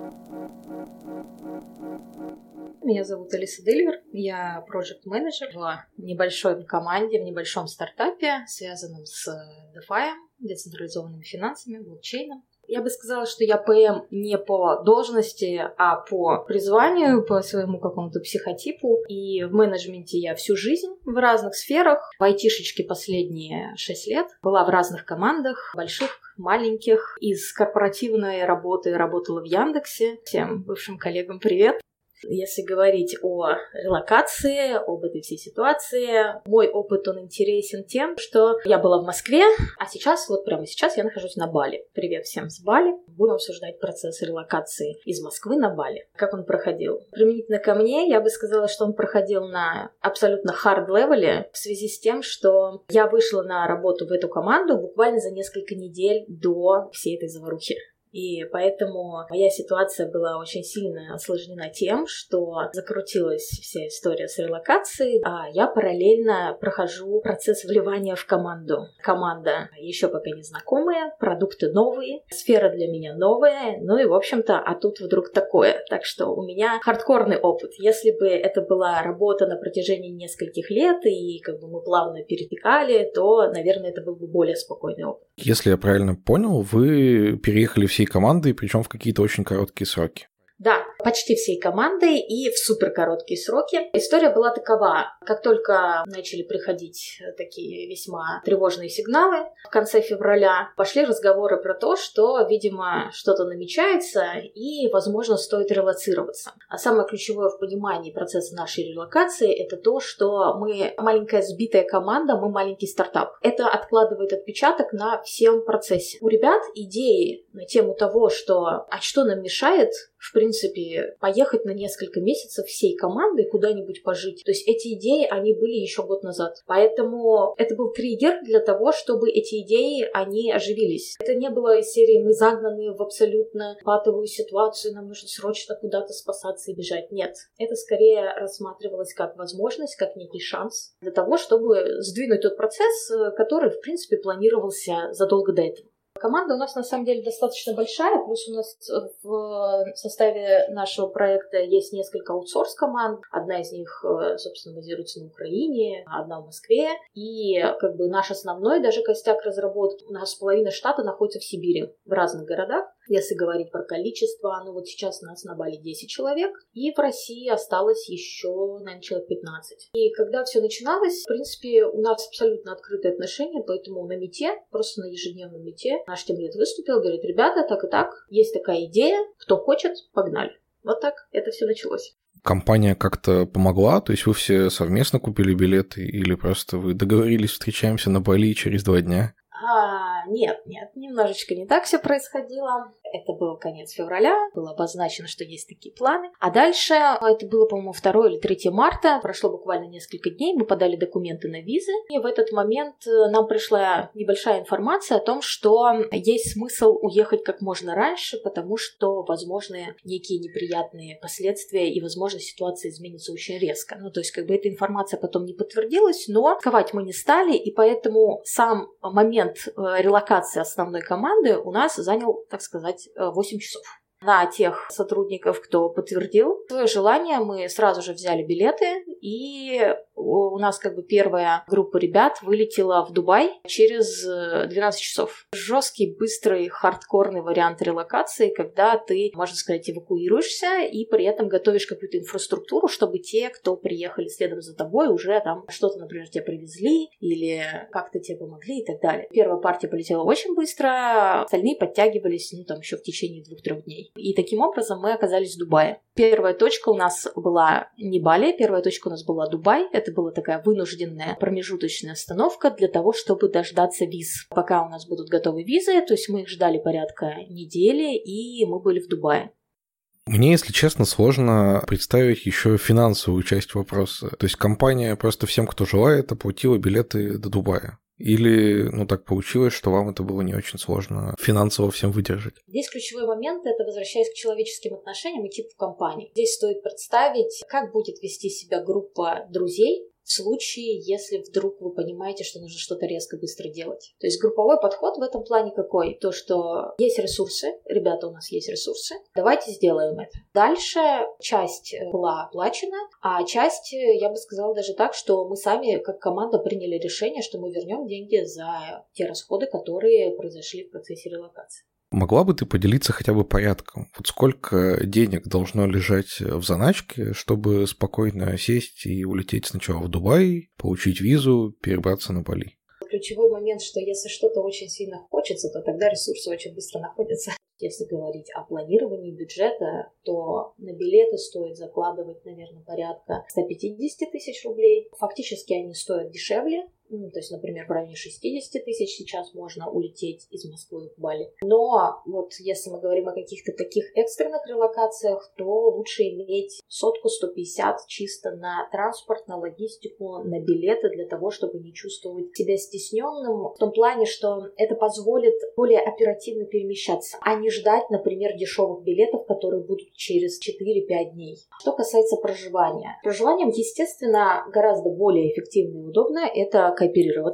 [SPEAKER 4] Меня зовут Алиса Дельвер, я проект-менеджер в небольшой команде, в небольшом стартапе, связанном с DeFi, децентрализованными финансами, блокчейном. Я бы сказала, что я ПМ не по должности, а по призванию, по своему какому-то психотипу. И в менеджменте я всю жизнь в разных сферах. В айтишечке последние 6 лет. Была в разных командах, больших, маленьких. Из корпоративной работы работала в Яндексе. Всем бывшим коллегам привет. Если говорить о релокации, об этой всей ситуации, мой опыт, он интересен тем, что я была в Москве, а сейчас, вот прямо сейчас я нахожусь на Бали. Привет всем с Бали. Будем обсуждать процесс релокации из Москвы на Бали. Как он проходил? Применительно ко мне, я бы сказала, что он проходил на абсолютно хард-левеле в связи с тем, что я вышла на работу в эту команду буквально за несколько недель до всей этой заварухи. И поэтому моя ситуация была очень сильно осложнена тем, что закрутилась вся история с релокацией, а я параллельно прохожу процесс вливания в команду. Команда еще пока не знакомая, продукты новые, сфера для меня новая, ну и, в общем-то, а тут вдруг такое. Так что у меня хардкорный опыт. Если бы это была работа на протяжении нескольких лет, и как бы мы плавно перетекали, то, наверное, это был бы более спокойный опыт.
[SPEAKER 1] Если я правильно понял, вы переехали всей командой, причем в какие-то очень короткие сроки.
[SPEAKER 4] Да, почти всей командой и в суперкороткие сроки. История была такова. Как только начали приходить такие весьма тревожные сигналы в конце февраля, пошли разговоры про то, что, видимо, что-то намечается и, возможно, стоит релоцироваться. А самое ключевое в понимании процесса нашей релокации — это то, что мы маленькая сбитая команда, мы маленький стартап. Это откладывает отпечаток на всем процессе. У ребят идеи на тему того, что нам мешает, в принципе, поехать на несколько месяцев всей командой куда-нибудь пожить. То есть эти идеи, они были еще год назад. Поэтому это был триггер для того, чтобы эти идеи, они оживились. Это не было из серии «мы загнаны в абсолютно патовую ситуацию, нам нужно срочно куда-то спасаться и бежать». Нет. Это скорее рассматривалось как возможность, как некий шанс для того, чтобы сдвинуть тот процесс, который, в принципе, планировался задолго до этого. Команда у нас на самом деле достаточно большая, плюс у нас в составе нашего проекта есть несколько аутсорс-команд. Одна из них, собственно, базируется на Украине, одна в Москве. И наш основной даже костяк разработки, у нас половина штата находится в Сибири, в разных городах. Если говорить про количество, сейчас у нас на Бали 10 человек, и в России осталось еще, наверное, человек 15. И когда все начиналось, в принципе, у нас абсолютно открытые отношения, поэтому на мите, просто на ежедневном мите, наш тимлид выступил, говорит: ребята, так и так, есть такая идея, кто хочет, погнали. Вот так это все началось.
[SPEAKER 1] Компания как-то помогла? То есть вы все совместно купили билеты или просто вы договорились, встречаемся на Бали через 2 дня?
[SPEAKER 4] Нет, немножечко не так все происходило. Это был конец февраля, было обозначено, что есть такие планы. А дальше, это было, по-моему, 2 или 3 марта, прошло буквально несколько дней, мы подали документы на визы, и в этот момент нам пришла небольшая информация о том, что есть смысл уехать как можно раньше, потому что возможны некие неприятные последствия, и, возможно, ситуация изменится очень резко. То есть, эта информация потом не подтвердилась, но рисковать мы не стали, и поэтому сам момент релокации основной команды у нас занял, так сказать, 8 часов. На тех сотрудников, кто подтвердил свое желание, мы сразу же взяли билеты, и у нас первая группа ребят вылетела в Дубай через 12 часов. Жесткий, быстрый, хардкорный вариант релокации, когда ты, можно сказать, эвакуируешься и при этом готовишь какую-то инфраструктуру, чтобы те, кто приехали следом за тобой, уже там что-то, например, тебе привезли или как-то тебе помогли и так далее. Первая партия полетела очень быстро, остальные подтягивались, еще в течение 2-3 дней. И таким образом мы оказались в Дубае. Первая точка у нас была не Бали, первая точка у нас была Дубай. Это была такая вынужденная промежуточная остановка для того, чтобы дождаться виз. Пока у нас будут готовы визы, то есть мы их ждали порядка недели, и мы были в Дубае.
[SPEAKER 1] Мне, если честно, сложно представить еще финансовую часть вопроса. То есть компания просто всем, кто желает, оплатила билеты до Дубая. Или, так получилось, что вам это было не очень сложно финансово всем выдержать?
[SPEAKER 4] Здесь ключевой момент — это возвращаясь к человеческим отношениям и типу компании. Здесь стоит представить, как будет вести себя группа друзей в случае, если вдруг вы понимаете, что нужно что-то резко быстро делать. То есть групповой подход в этом плане какой? То, что есть ресурсы, ребята, у нас есть ресурсы, давайте сделаем это. Дальше часть была оплачена, а часть, я бы сказала даже так, что мы сами как команда приняли решение, что мы вернем деньги за те расходы, которые произошли в процессе релокации.
[SPEAKER 1] Могла бы ты поделиться хотя бы порядком? Сколько денег должно лежать в заначке, чтобы спокойно сесть и улететь сначала в Дубай, получить визу, перебраться на Бали?
[SPEAKER 4] Ключевой момент, что если что-то очень сильно хочется, то тогда ресурсы очень быстро находятся. Если говорить о планировании бюджета, то на билеты стоит закладывать, наверное, порядка 150 тысяч рублей. Фактически они стоят дешевле. То есть, например, в районе 60 тысяч сейчас можно улететь из Москвы в Бали. Но если мы говорим о каких-то таких экстренных релокациях, то лучше иметь 100-150 чисто на транспорт, на логистику, на билеты для того, чтобы не чувствовать себя стесненным. В том плане, что это позволит более оперативно перемещаться, а не ждать, например, дешевых билетов, которые будут через 4-5 дней. Что касается проживания. Проживанием, естественно, гораздо более эффективно и удобно это кооперироваться.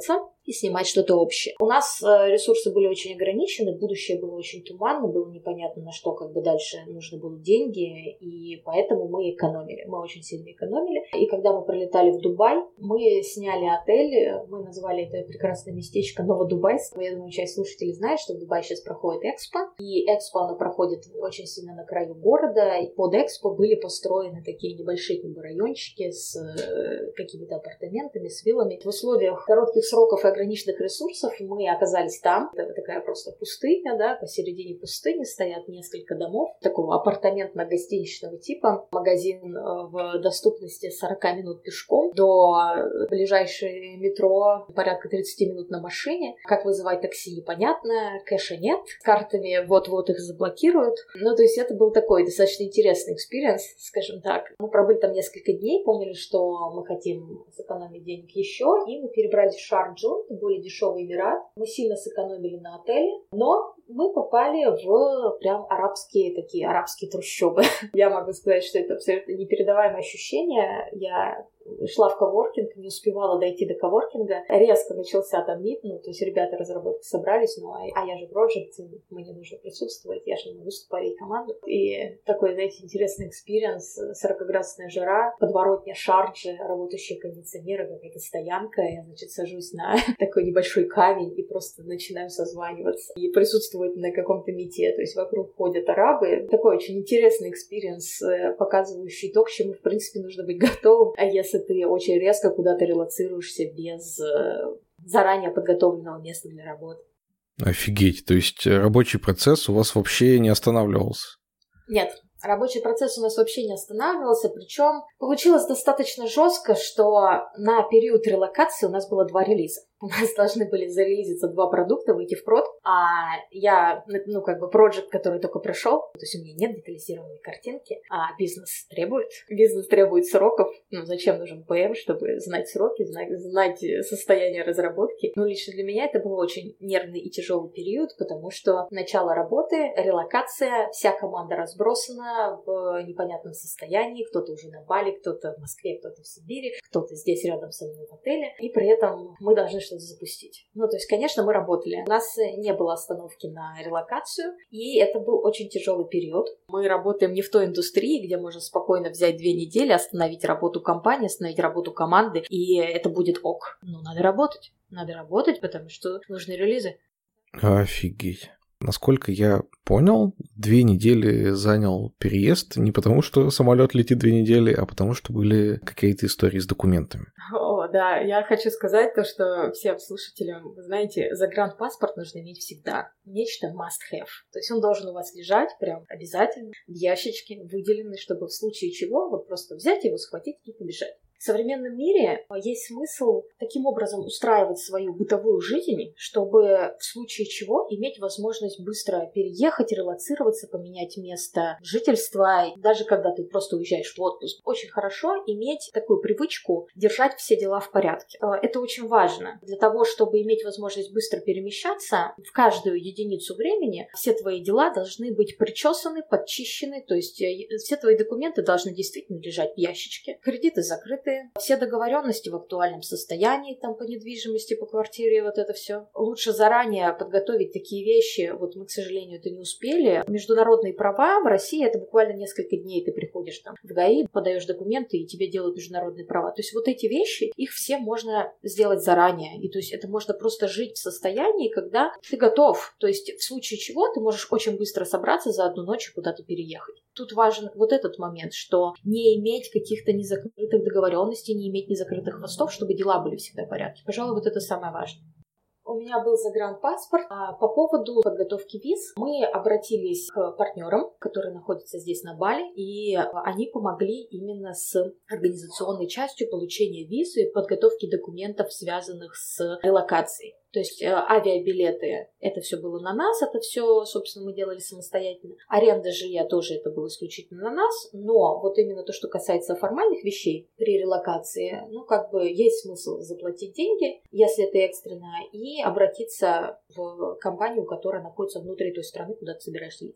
[SPEAKER 4] и снимать что-то общее. У нас ресурсы были очень ограничены, будущее было очень туманно, было непонятно, на что как бы дальше нужны будут деньги, и поэтому мы экономили. Мы очень сильно экономили. И когда мы прилетали в Дубай, мы сняли отель, мы назвали это прекрасное местечко Новодубайск. Я думаю, часть слушателей знает, что в Дубае сейчас проходит Экспо, и Экспо оно проходит очень сильно на краю города, и под Экспо были построены такие небольшие как бы райончики с какими-то апартаментами, с виллами. В условиях коротких сроков и ограниченных ресурсов мы оказались там. Это такая просто пустыня, да, посередине пустыни стоят несколько домов, такого апартаментно-гостиничного типа. Магазин в доступности 40 минут пешком, до ближайшей метро порядка 30 минут на машине. Как вызывать такси, непонятно, кэша нет, с картами вот-вот их заблокируют. Ну, то есть это был такой достаточно интересный экспириенс, скажем так. Мы пробыли там несколько дней, поняли, что мы хотим сэкономить денег еще, и мы перебрались в Шарджу, это более дешевый Эмират. Мы сильно сэкономили на отеле, но мы попали в прям арабские трущобы. Я могу сказать, что это абсолютно непередаваемое ощущение. Я шла в коворкинг, не успевала дойти до коворкинга. Резко начался там мит, то есть ребята разработки собрались, а я же проект, мне нужно присутствовать, я же не могу спарить команду. И такой, знаете, интересный экспириенс, 40-градусная жара, подворотня Шарджи, работающие кондиционеры, какая-то стоянка. Я, значит, сажусь на такой небольшой камень и просто начинаю созваниваться и присутствовать на каком-то мите. То есть вокруг ходят арабы. Такой очень интересный экспириенс, показывающий то, к чему, в принципе, нужно быть готовым. А если ты очень резко куда-то релоцируешься без заранее подготовленного места для работы.
[SPEAKER 1] Офигеть, то есть рабочий процесс у вас вообще не останавливался?
[SPEAKER 4] Нет, рабочий процесс у нас вообще не останавливался, причем получилось достаточно жестко, что на период релокации у нас было 2 релиза. У нас должны были зарелизиться 2 продукта, выйти в прод, а я, проект, который только пришел, то есть у меня нет детализированной картинки, а бизнес требует сроков. Зачем нужен ПМ, чтобы знать сроки, знать состояние разработки? Лично для меня это был очень нервный и тяжелый период, потому что начало работы, релокация, вся команда разбросана в непонятном состоянии, кто-то уже на Бали, кто-то в Москве, кто-то в Сибири, кто-то здесь рядом со мной в отеле, и при этом мы должны что-то запустить. То есть, конечно, мы работали. У нас не было остановки на релокацию, и это был очень тяжелый период. Мы работаем не в той индустрии, где можно спокойно взять 2 недели, остановить работу компании, остановить работу команды, и это будет ок. Надо работать. Надо работать, потому что нужны релизы.
[SPEAKER 1] Офигеть. Насколько я понял, 2 недели занял переезд не потому, что самолет летит 2 недели, а потому, что были какие-то истории с документами.
[SPEAKER 4] О, да, я хочу сказать то, что всем слушателям, вы знаете, загранпаспорт нужно иметь всегда. Нечто must-have. То есть он должен у вас лежать прям обязательно в ящичке, выделенный, чтобы в случае чего вот просто взять его, схватить и побежать. В современном мире есть смысл таким образом устраивать свою бытовую жизнь, чтобы в случае чего иметь возможность быстро переехать, релоцироваться, поменять место жительства. Даже когда ты просто уезжаешь в отпуск, очень хорошо иметь такую привычку держать все дела в порядке. Это очень важно. Для того, чтобы иметь возможность быстро перемещаться, в каждую единицу времени все твои дела должны быть причесаны, подчищены, то есть все твои документы должны действительно лежать в ящичке, кредиты закрыты, все договоренности в актуальном состоянии, там по недвижимости, по квартире, вот это все. Лучше заранее подготовить такие вещи. Вот мы, к сожалению, это не успели. Международные права в России это буквально несколько дней. Ты приходишь там в ГАИ, подаешь документы, и тебе делают международные права. То есть вот эти вещи, их все можно сделать заранее. И то есть это можно просто жить в состоянии, когда ты готов. То есть в случае чего ты можешь очень быстро собраться за одну ночь и куда-то переехать. Тут важен вот этот момент, что не иметь каких-то незакрытых договоренностей, не иметь незакрытых хвостов, чтобы дела были всегда в порядке. Пожалуй, вот это самое важное. У меня был загранпаспорт. По поводу подготовки виз мы обратились к партнерам, которые находятся здесь на Бали, и они помогли именно с организационной частью получения визы и подготовки документов, связанных с релокацией. То есть авиабилеты, это все было на нас, это все, собственно, мы делали самостоятельно. Аренда жилья тоже это было исключительно на нас, но вот именно то, что касается формальных вещей при релокации, есть смысл заплатить деньги, если это экстренно, и обратиться в компанию, которая находится внутри той страны, куда ты собираешься лететь.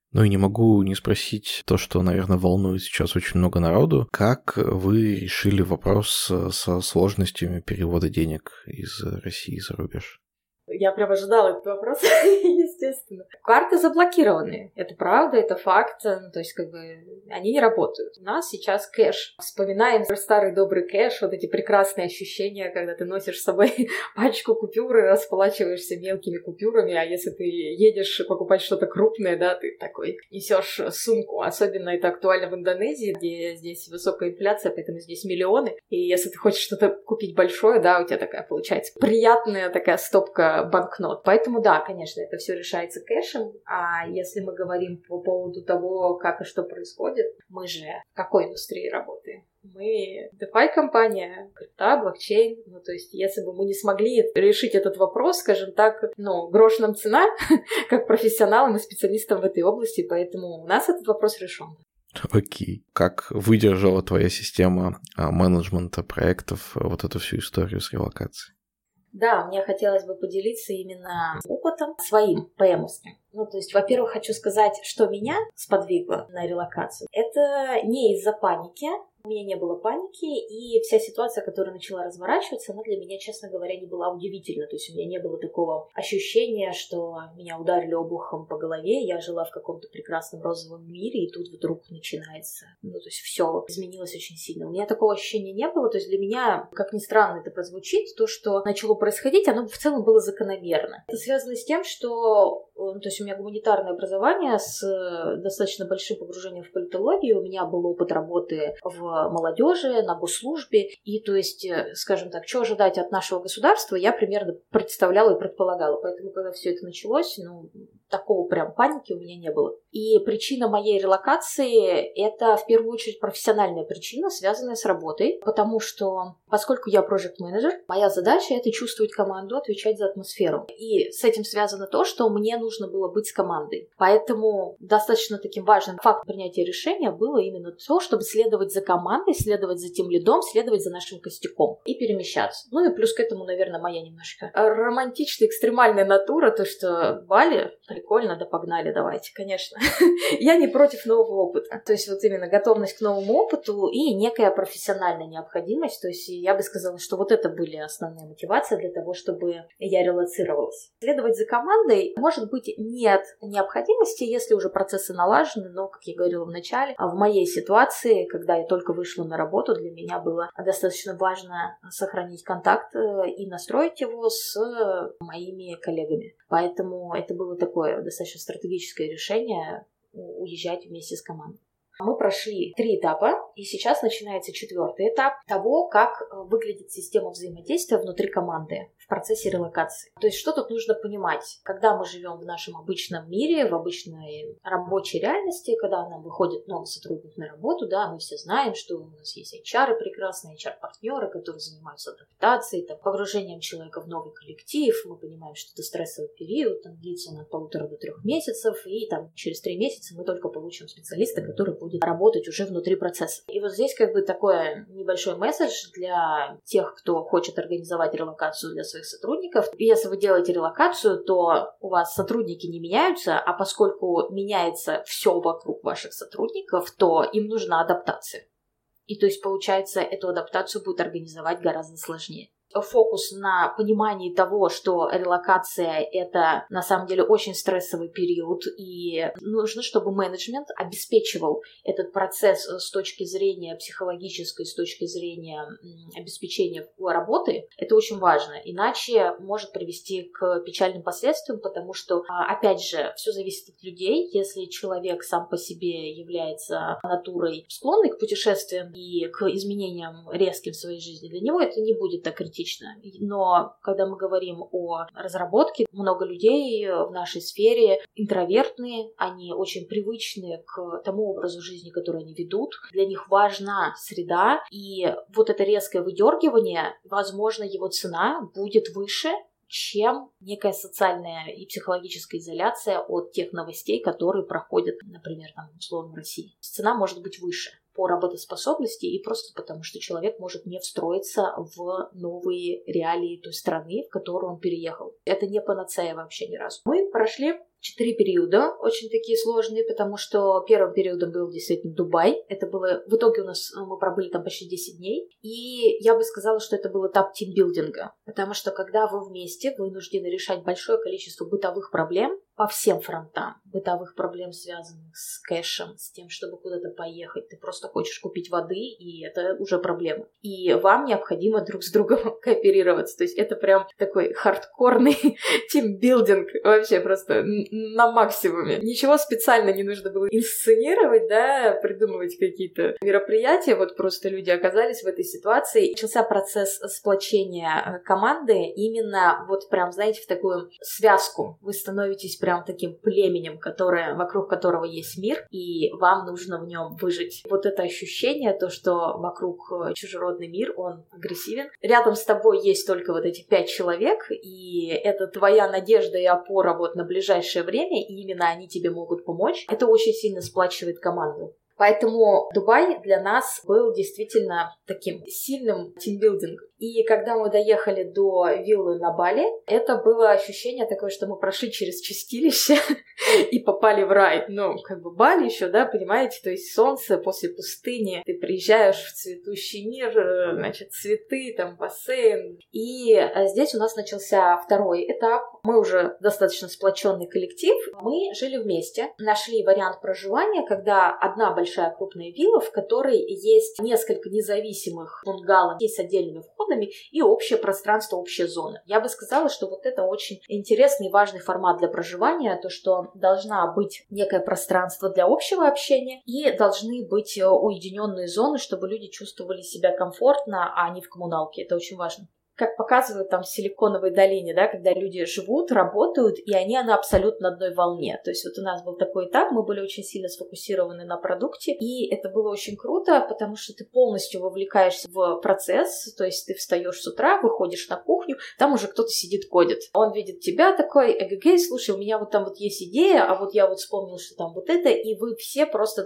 [SPEAKER 1] Ну и не могу не спросить то, что, наверное, волнует сейчас очень много народу. Как вы решили вопрос со сложностями перевода денег из России за рубеж?
[SPEAKER 4] Я прям ожидала этот вопрос, естественно. Карты заблокированы. Это правда, это факт. Ну, то есть, как бы, они не работают. У нас сейчас кэш. Вспоминаем старый добрый кэш, вот эти прекрасные ощущения, когда ты носишь с собой пачку купюр и расплачиваешься мелкими купюрами, а если ты едешь покупать что-то крупное, да, ты такой несешь сумку. Особенно это актуально в Индонезии, где здесь высокая инфляция, поэтому здесь миллионы. И если ты хочешь что-то купить большое, да, у тебя такая получается приятная такая стопка банкнот. Поэтому да, конечно, это все решается кэшем. А если мы говорим по поводу того, как и что происходит, мы же в какой индустрии работаем? Мы DeFi-компания, крипта, блокчейн. Ну, то есть, если бы мы не смогли решить этот вопрос, скажем так, ну, грош нам цена, как профессионалам и специалистам в этой области, поэтому у нас этот вопрос решен.
[SPEAKER 1] Окей. Как выдержала твоя система менеджмента проектов вот эту всю историю с релокацией?
[SPEAKER 4] Да, мне хотелось бы поделиться именно опытом своим ПМовским. Ну, то есть, во-первых, хочу сказать, что меня сподвигло на релокацию. Это не из-за паники. У меня не было паники, и вся ситуация, которая начала разворачиваться, она для меня, честно говоря, не была удивительна. То есть у меня не было такого ощущения, что меня ударили обухом по голове, я жила в каком-то прекрасном розовом мире, и тут вдруг начинается... Ну, то есть все изменилось очень сильно. У меня такого ощущения не было. То есть для меня, как ни странно это прозвучит, то, что начало происходить, оно в целом было закономерно. Это связано с тем, что... То есть у меня гуманитарное образование с достаточно большим погружением в политологию. У меня был опыт работы в молодежи, на госслужбе. И, то есть, скажем так, что ожидать от нашего государства, я примерно представляла и предполагала. Поэтому, когда все это началось, ну, такого прям паники у меня не было. И причина моей релокации – это, в первую очередь, профессиональная причина, связанная с работой. Потому что, поскольку я проект-менеджер, моя задача – это чувствовать команду, отвечать за атмосферу. И с этим связано то, что мне нужно было быть с командой. Поэтому достаточно таким важным фактом принятия решения было именно то, чтобы следовать за командой, следовать за тем лидом, следовать за нашим костяком и перемещаться. Ну и плюс к этому, наверное, моя немножко романтичная, экстремальная натура, то, что Бали, прикольно, да погнали, давайте, конечно. Я не против нового опыта. То есть вот именно готовность к новому опыту и некая профессиональная необходимость. То есть я бы сказала, что вот это были основные мотивации для того, чтобы я релоцировалась. Следовать за командой, может быть, нет необходимости, если уже процессы налажены, но, как я говорила в начале, в моей ситуации, когда я только вышла на работу, для меня было достаточно важно сохранить контакт и настроить его с моими коллегами. Поэтому это было такое достаточно стратегическое решение уезжать вместе с командой. Мы прошли 3 этапа, и сейчас начинается 4-й этап того, как выглядит система взаимодействия внутри команды в процессе релокации. То есть что тут нужно понимать? Когда мы живем в нашем обычном мире, в обычной рабочей реальности, когда нам выходит новый сотрудник на работу, да, мы все знаем, что у нас есть HR прекрасные, HR-партнеры, которые занимаются адаптацией, там, погружением человека в новый коллектив. Мы понимаем, что это стрессовый период, там, длится он от 1,5 до 3 месяцев, и там, через 3 месяца мы только получим специалиста, который будет работать уже внутри процесса. И вот здесь как бы такой небольшой месседж для тех, кто хочет организовать релокацию для своих сотрудников. Если вы делаете релокацию, то у вас сотрудники не меняются, а поскольку меняется все вокруг ваших сотрудников, то им нужна адаптация. И то есть, получается, эту адаптацию будет организовать гораздо сложнее. Фокус на понимании того, что релокация – это на самом деле очень стрессовый период, и нужно, чтобы менеджмент обеспечивал этот процесс с точки зрения психологической, с точки зрения обеспечения работы. Это очень важно, иначе может привести к печальным последствиям, потому что, опять же, все зависит от людей. Если человек сам по себе является натурой склонной к путешествиям и к изменениям резким в своей жизни, для него это не будет так критично. Но когда мы говорим о разработке, много людей в нашей сфере интровертные, они очень привычны к тому образу жизни, который они ведут. Для них важна среда, и вот это резкое выдергивание, возможно, его цена будет выше, чем некая социальная и психологическая изоляция от тех новостей, которые проходят, например, там, условно, в России. Цена может быть выше. по работоспособности и просто потому, что человек может не встроиться в новые реалии той страны, в которую он переехал. Это не панацея вообще ни разу. Мы прошли 4 периода, очень такие сложные, потому что первым периодом был действительно Дубай. Это было, в итоге мы пробыли там почти 10 дней. И я бы сказала, что это был этап тимбилдинга. Потому что когда вы вместе вынуждены решать большое количество бытовых проблем по всем фронтам. Бытовых проблем, связанных с кэшем, с тем, чтобы куда-то поехать. Ты просто хочешь купить воды, и это уже проблема. И вам необходимо друг с другом кооперироваться. То есть это прям такой хардкорный тимбилдинг вообще просто на максимуме. Ничего специально не нужно было инсценировать, да, придумывать какие-то мероприятия. Вот просто люди оказались в этой ситуации. Начался процесс сплочения команды именно вот прям, знаете, в такую связку. Вы становитесь прям таким племенем, вокруг которого есть мир, и вам нужно в нем выжить. Вот это ощущение, то, что вокруг чужеродный мир, он агрессивен. Рядом с тобой есть только вот эти 5 человек, и это твоя надежда и опора вот на ближайшее время, и именно они тебе могут помочь. Это очень сильно сплачивает команду. Поэтому Дубай для нас был действительно таким сильным тимбилдингом. И когда мы доехали до виллы на Бали, это было ощущение такое, что мы прошли через чистилище и попали в рай. Ну, как бы Бали еще, да, понимаете, то есть солнце после пустыни, ты приезжаешь в цветущий мир, значит, цветы, там, бассейн. И здесь у нас начался второй этап. Мы уже достаточно сплоченный коллектив. Мы жили вместе, нашли вариант проживания, когда одна большая крупная вилла, в которой есть несколько независимых бунгало, есть с отдельными входами, и общее пространство, общая зона. Я бы сказала, что вот это очень интересный и важный формат для проживания, то, что должна быть некое пространство для общего общения и должны быть уединенные зоны, чтобы люди чувствовали себя комфортно, а не в коммуналке. Это очень важно. Как показывают там в Силиконовой долине, да, когда люди живут, работают, и они на абсолютно одной волне. То есть вот у нас был такой этап, мы были очень сильно сфокусированы на продукте, и это было очень круто, потому что ты полностью вовлекаешься в процесс, то есть ты встаешь с утра, выходишь на кухню, там уже кто-то сидит, кодит. Он видит тебя такой, эгегей, слушай, у меня вот там вот есть идея, а вот я вот вспомнил, что там вот это, и вы все просто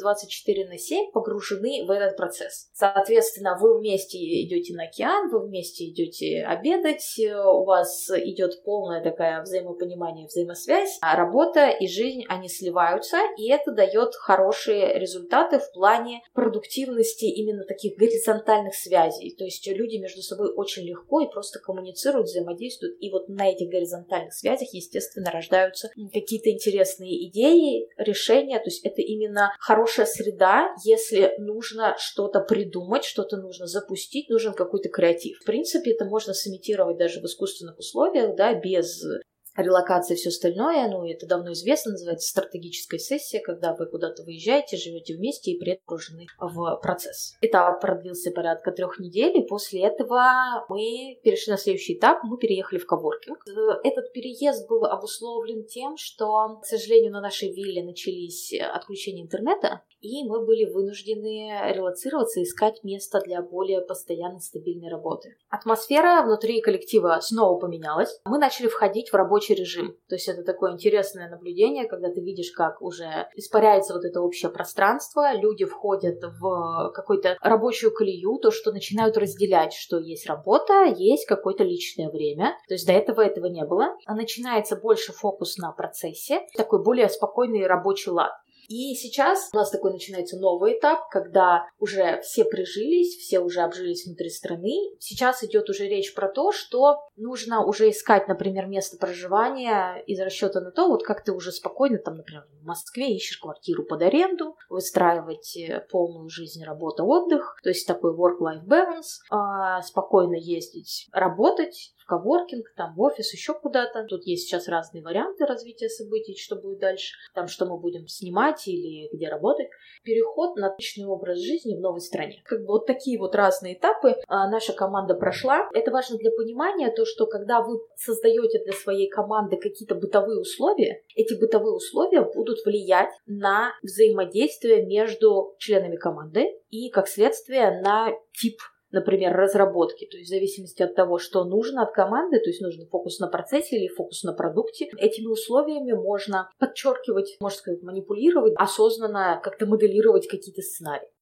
[SPEAKER 4] 24/7 погружены в этот процесс. Соответственно, вы вместе идете на океан, вы вместе идете обедать, у вас идет полное такое взаимопонимание, взаимосвязь, а работа и жизнь, они сливаются, и это дает хорошие результаты в плане продуктивности именно таких горизонтальных связей. То есть люди между собой очень легко и просто коммуницируют, взаимодействуют, и вот на этих горизонтальных связях, естественно, рождаются какие-то интересные идеи, решения, то есть это именно хорошая среда, если нужно что-то придумать, что-то нужно запустить, нужен какой-то креатив. В принципе, это можно сымитировать даже в искусственных условиях, да, без релокации и все остальное, ну, это давно известно, называется стратегическая сессия, когда вы куда-то выезжаете, живете вместе и при этом погружены в процесс. Этап продлился порядка 3 недель, и после этого мы перешли на следующий этап, мы переехали в коворкинг. Этот переезд был обусловлен тем, что, к сожалению, на нашей вилле начались отключения интернета, и мы были вынуждены релоцироваться, искать место для более постоянной, стабильной работы. Атмосфера внутри коллектива снова поменялась. Мы начали входить в рабочий режим. То есть это такое интересное наблюдение, когда ты видишь, как уже испаряется вот это общее пространство, люди входят в какую-то рабочую колею, то, что начинают разделять, что есть работа, есть какое-то личное время. То есть до этого не было. Начинается больше фокус на процессе, такой более спокойный рабочий лад. И сейчас у нас такой начинается новый этап, когда уже все прижились, все уже обжились внутри страны. Сейчас идет уже речь про то, что нужно уже искать, например, место проживания из расчета на то, вот как ты уже спокойно, там, например, в Москве ищешь квартиру под аренду, выстраивать полную жизнь, работа, отдых, то есть такой work-life balance, спокойно ездить, работать в коворкинг, там, в офис, еще куда-то. Тут есть сейчас разные варианты развития событий, что будет дальше, там, что мы будем снимать или где работать. Переход на отличный образ жизни в новой стране. Как бы вот такие вот разные этапы наша команда прошла. Это важно для понимания, то, что когда вы создаете для своей команды какие-то бытовые условия, эти бытовые условия будут влиять на взаимодействие между членами команды и, как следствие, на тип, например, разработки, то есть в зависимости от того, что нужно от команды, то есть нужен фокус на процессе или фокус на продукте, этими условиями можно подчеркивать, можно сказать, манипулировать, осознанно как-то моделировать какие-то сценарии.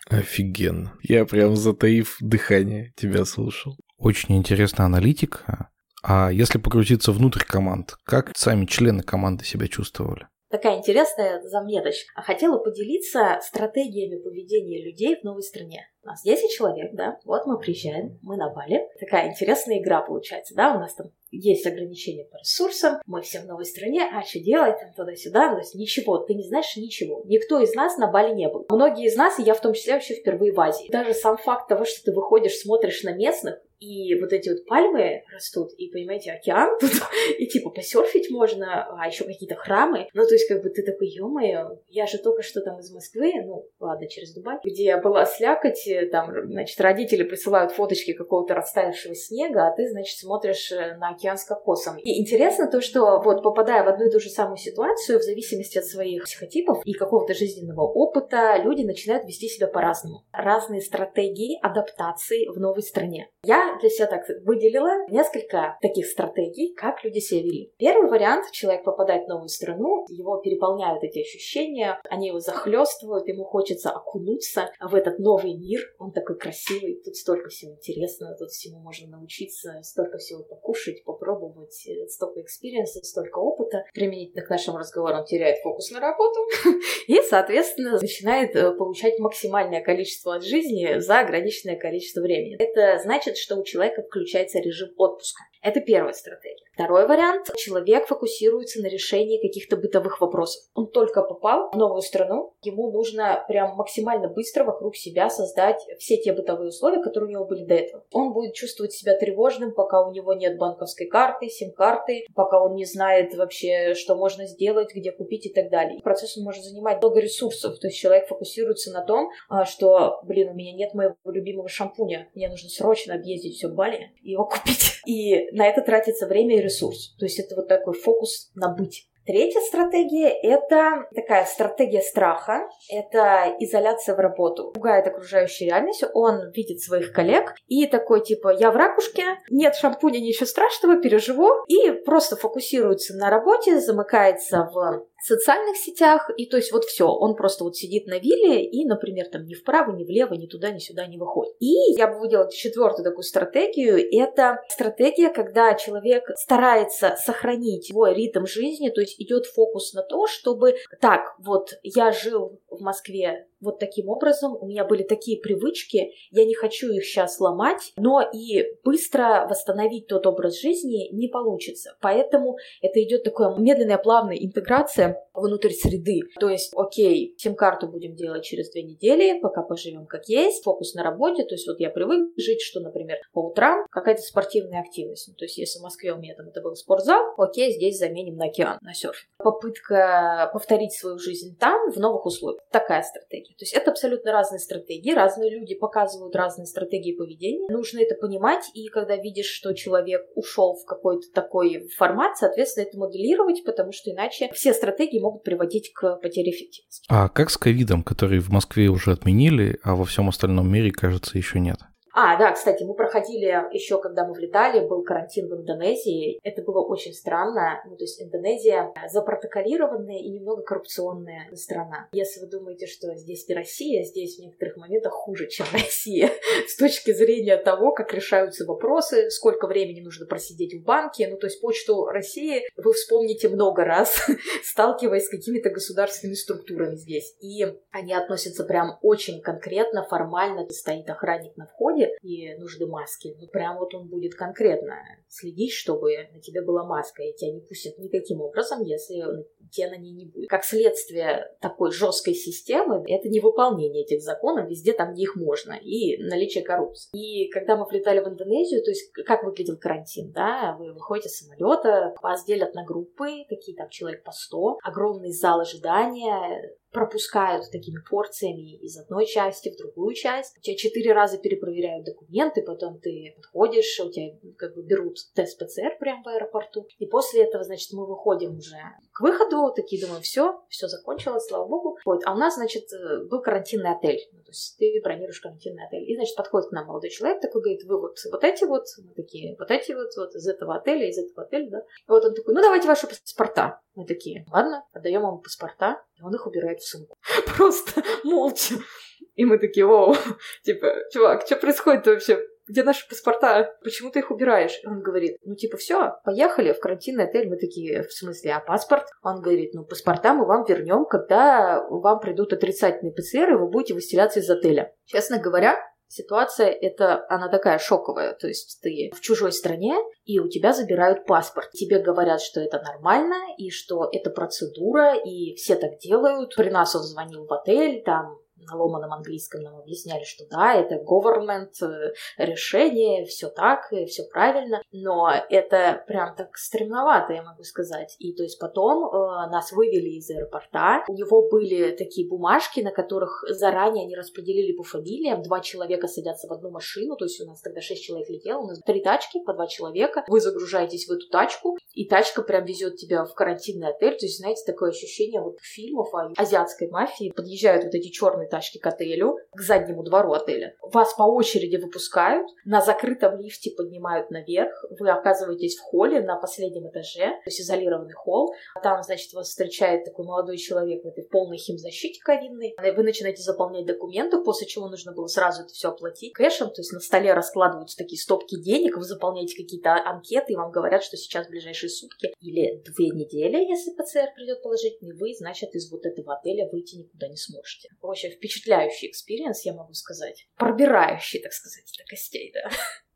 [SPEAKER 1] Офигенно. Я прям затаив дыхание тебя слушал. Очень интересная аналитика. А если погрузиться внутрь команд, как сами члены команды себя чувствовали?
[SPEAKER 4] Такая интересная заметочка. Хотела поделиться стратегиями поведения людей в новой стране. У нас 10 человек, да, вот мы приезжаем, мы на Бали. Такая интересная игра получается, да, у нас там есть ограничения по ресурсам, мы все в новой стране, а что делать, там туда-сюда, то есть ничего, ты не знаешь ничего. Никто из нас на Бали не был. Многие из нас, и я в том числе, вообще впервые в Азии. Даже сам факт того, что ты выходишь, смотришь на местных, и вот эти вот пальмы растут, и, понимаете, океан тут, и типа посерфить можно, а еще какие-то храмы. Ну, то есть, как бы ты такой, ё-моё, я же только что там из Москвы, ну, ладно, через Дубай, где была слякоть, там, значит, родители присылают фоточки какого-то растаявшего снега, а ты, значит, смотришь на океан с кокосом. И интересно то, что вот попадая в одну и ту же самую ситуацию, в зависимости от своих психотипов и какого-то жизненного опыта, люди начинают вести себя по-разному. Разные стратегии адаптации в новой стране. Я для себя так выделила несколько таких стратегий, как люди себя вели. Первый вариант: человек попадает в новую страну, его переполняют эти ощущения, они его захлестывают, ему хочется окунуться в этот новый мир, он такой красивый, тут столько всего интересного, тут всему можно научиться, столько всего покушать, попробовать, столько экспириенсов, столько опыта. Применительно к нашему разговору он теряет фокус на работу и, соответственно, начинает получать максимальное количество от жизни за ограниченное количество времени. Это значит, что у человека включается режим отпуска. Это первая стратегия. Второй вариант. Человек фокусируется на решении каких-то бытовых вопросов. Он только попал в новую страну, ему нужно прям максимально быстро вокруг себя создать все те бытовые условия, которые у него были до этого. Он будет чувствовать себя тревожным, пока у него нет банковской карты, сим-карты, пока он не знает вообще, что можно сделать, где купить и так далее. Процесс может занимать много ресурсов. То есть человек фокусируется на том, что, у меня нет моего любимого шампуня, мне нужно срочно объездить все Бали и его купить. И на это тратится время и ресурс. То есть это вот такой фокус на быть. Третья стратегия – это такая стратегия страха, это изоляция в работу. Пугает окружающей реальностью, он видит своих коллег и такой типа «я в ракушке, нет шампуня, ничего страшного, переживу», и просто фокусируется на работе, замыкается в социальных сетях, и то есть вот все, он просто вот сидит на вилле и, например, там ни вправо, ни влево, ни туда, ни сюда не выходит. И я бы выделила четвертую такую стратегию, это стратегия, когда человек старается сохранить свой ритм жизни, то есть идет фокус на то, чтобы так, вот я жил в Москве вот таким образом, у меня были такие привычки, я не хочу их сейчас ломать, но и быстро восстановить тот образ жизни не получится. Поэтому это идет такая медленная, плавная интеграция внутрь среды. То есть, окей, сим-карту будем делать через 2 недели, пока поживем как есть, фокус на работе, то есть вот я привык жить, что, например, по утрам какая-то спортивная активность. Ну, то есть если в Москве у меня там это был спортзал, окей, здесь заменим на океан, на серфинг. Попытка повторить свою жизнь там, в новых условиях. Такая стратегия. То есть это абсолютно разные стратегии, разные люди показывают разные стратегии поведения. Нужно это понимать, и когда видишь, что человек ушел в какой-то такой формат, соответственно, это моделировать, потому что иначе все стратегии могут приводить к потере эффективности.
[SPEAKER 1] А как с ковидом, который в Москве уже отменили, а во всем остальном мире, кажется, еще нет?
[SPEAKER 4] Да, кстати, мы проходили еще, когда мы влетали, был карантин в Индонезии. Это было очень странно. То есть Индонезия запротоколированная и немного коррупционная страна. Если вы думаете, что здесь не Россия, здесь в некоторых моментах хуже, чем Россия. С точки зрения того, как решаются вопросы, сколько времени нужно просидеть в банке. То есть почту России вы вспомните много раз, сталкиваясь с какими-то государственными структурами здесь. И они относятся прям очень конкретно, формально. Стоит охранник на входе, и нужны маски. Прям вот он будет конкретно следить, чтобы на тебе была маска, и тебя не пустят никаким образом, если тебя на ней не будет. Как следствие такой жесткой системы, это невыполнение этих законов везде там, где их можно, и наличие коррупции. И когда мы влетали в Индонезию, то есть как выглядел карантин, да, вы выходите с самолета, вас делят на группы, такие там человек по 100, огромный зал ожидания, пропускают такими порциями из одной части в другую часть. У тебя 4 раза перепроверяют документы, потом ты подходишь, у тебя берут тест ПЦР прямо в аэропорту. И после этого, значит, мы выходим уже к выходу, такие думаем, все закончилось, слава богу. А у нас, значит, был карантинный отель. То есть ты бронируешь карантинный отель. И, значит, подходит к нам молодой человек, такой говорит, вы вот эти вот, мы такие, вот эти вот из этого отеля, да. И вот он такой, давайте ваши паспорта. Мы такие, ладно, отдаем ему паспорта, и он их убирает в сумку. Просто молча. И мы такие, оу, типа, чувак, что происходит вообще? Где наши паспорта? Почему ты их убираешь? Он говорит, все, поехали в карантинный отель. Мы такие, в смысле, а паспорт? Он говорит, паспорта мы вам вернем, когда вам придут отрицательные ПЦР, и вы будете выселяться из отеля. Честно говоря, ситуация она такая шоковая. То есть ты в чужой стране, и у тебя забирают паспорт. Тебе говорят, что это нормально, и что это процедура, и все так делают. При нас он звонил в отель, там на ломаном английском нам объясняли, что да, это government решение, все так, все правильно, но это прям так стремновато, я могу сказать. И то есть потом нас вывели из аэропорта, у него были такие бумажки, на которых заранее они распределили по фамилиям, 2 человека садятся в одну машину, то есть у нас тогда 6 человек летело, у нас 3 тачки по 2 человека, вы загружаетесь в эту тачку, и тачка прям везет тебя в карантинный отель, то есть, знаете, такое ощущение вот фильмов о азиатской мафии, подъезжают вот эти черные тачки к отелю, к заднему двору отеля. Вас по очереди выпускают, на закрытом лифте поднимают наверх, вы оказываетесь в холле на последнем этаже, то есть изолированный холл. Там, значит, вас встречает такой молодой человек в этой полной химзащите ковидной. Вы начинаете заполнять документы, после чего нужно было сразу это все оплатить кэшем, то есть на столе раскладываются такие стопки денег, вы заполняете какие-то анкеты, и вам говорят, что сейчас в ближайшие сутки или 2 недели, если ПЦР придет положительный, вы, значит, из вот этого отеля выйти никуда не сможете. В общем, впечатляющий экспириенс, я могу сказать. Пробирающий, так сказать, до костей, да.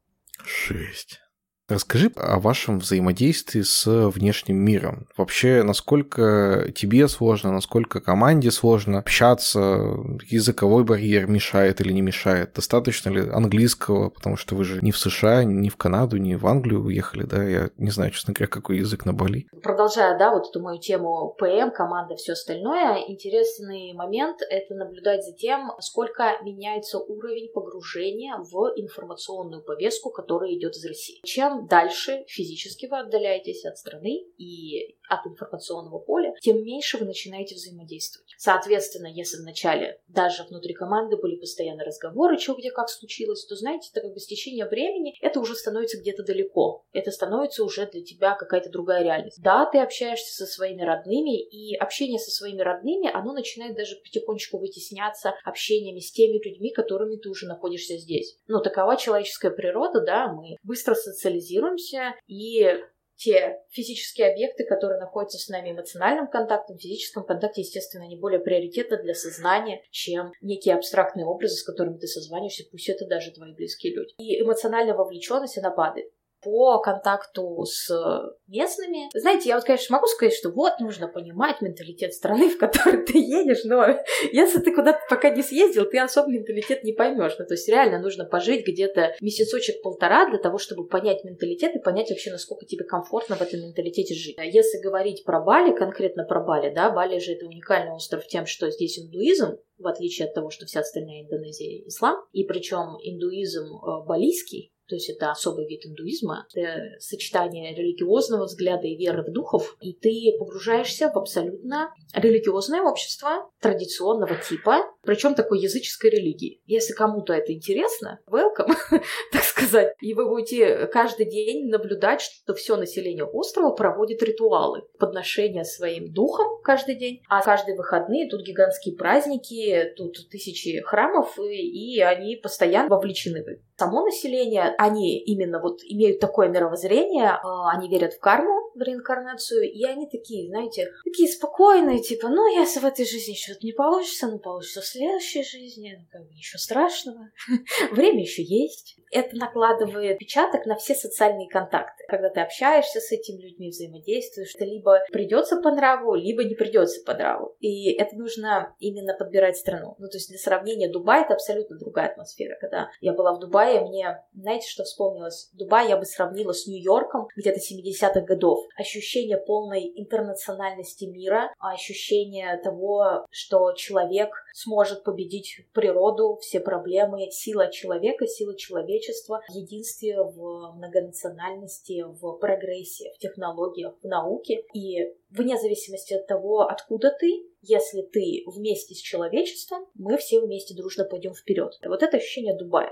[SPEAKER 1] Жесть. Расскажи о вашем взаимодействии с внешним миром. Вообще, насколько тебе сложно, насколько команде сложно общаться, языковой барьер мешает или не мешает? Достаточно ли английского, потому что вы же не в США, не в Канаду, не в Англию уехали, да? Я не знаю, честно говоря, какой язык на Бали.
[SPEAKER 4] Продолжая, да, вот эту мою тему ПМ, команда, все остальное, интересный момент — это наблюдать за тем, насколько меняется уровень погружения в информационную повестку, которая идет из России. Чем дальше физически вы отдаляетесь от страны и от информационного поля, тем меньше вы начинаете взаимодействовать. Соответственно, если вначале даже внутри команды были постоянно разговоры, что где как случилось, то, знаете, так как бы с течением времени это уже становится где-то далеко. Это становится уже для тебя какая-то другая реальность. Да, ты общаешься со своими родными, и общение со своими родными, оно начинает даже потихонечку вытесняться общениями с теми людьми, которыми ты уже находишься здесь. Ну, такова человеческая природа, да, мы быстро социализируемся, и те физические объекты, которые находятся с нами в эмоциональном контакте, в физическом контакте, естественно, они более приоритетны для сознания, чем некие абстрактные образы, с которыми ты созваниваешься, пусть это даже твои близкие люди. И эмоциональная вовлеченность, она падает. По контакту с местными. Знаете, я вот, конечно, могу сказать, что вот нужно понимать менталитет страны, в которой ты едешь, но если ты куда-то пока не съездил, ты особо менталитет не поймешь. Ну, то есть реально нужно пожить где-то месяцочек-полтора для того, чтобы понять менталитет и понять вообще, насколько тебе комфортно в этом менталитете жить. А если говорить про Бали, конкретно про Бали, да, Бали же это уникальный остров тем, что здесь индуизм, в отличие от того, что вся остальная Индонезия ислам, и причем индуизм балийский, то есть это особый вид индуизма, это сочетание религиозного взгляда и веры в духов, и ты погружаешься в абсолютно религиозное общество традиционного типа, причем такой языческой религии. Если кому-то это интересно, welcome, так сказать, и вы будете каждый день наблюдать, что все население острова проводит ритуалы подношения своим духам каждый день, а каждые выходные тут гигантские праздники, тут 1000 храмов, и они постоянно вовлечены в это. Само население, они именно вот имеют такое мировоззрение, они верят в карму, в реинкарнацию, и они такие, знаете, такие спокойные, типа, ну, если в этой жизни что-то не получится, ну, получится в следующей жизни, ну, как бы ничего страшного, время еще есть. Это накладывает отпечаток на все социальные контакты. Когда ты общаешься с этими людьми, взаимодействуешь, это либо придется по нраву, либо не придется по нраву. И это нужно именно подбирать страну. Ну, то есть для сравнения, Дубай — это абсолютно другая атмосфера. Когда я была в Дубае, мне, знаете, что вспомнилось? Дубай я бы сравнила с Нью-Йорком где-то 70-х годов. Ощущение полной интернациональности мира, ощущение того, что человек сможет победить природу, все проблемы, сила человека, сила человечества, в единстве, в многонациональности, в прогрессе, в технологиях, в науке. И вне зависимости от того, откуда ты, если ты вместе с человечеством, мы все вместе дружно пойдем вперед. Вот это ощущение Дубая.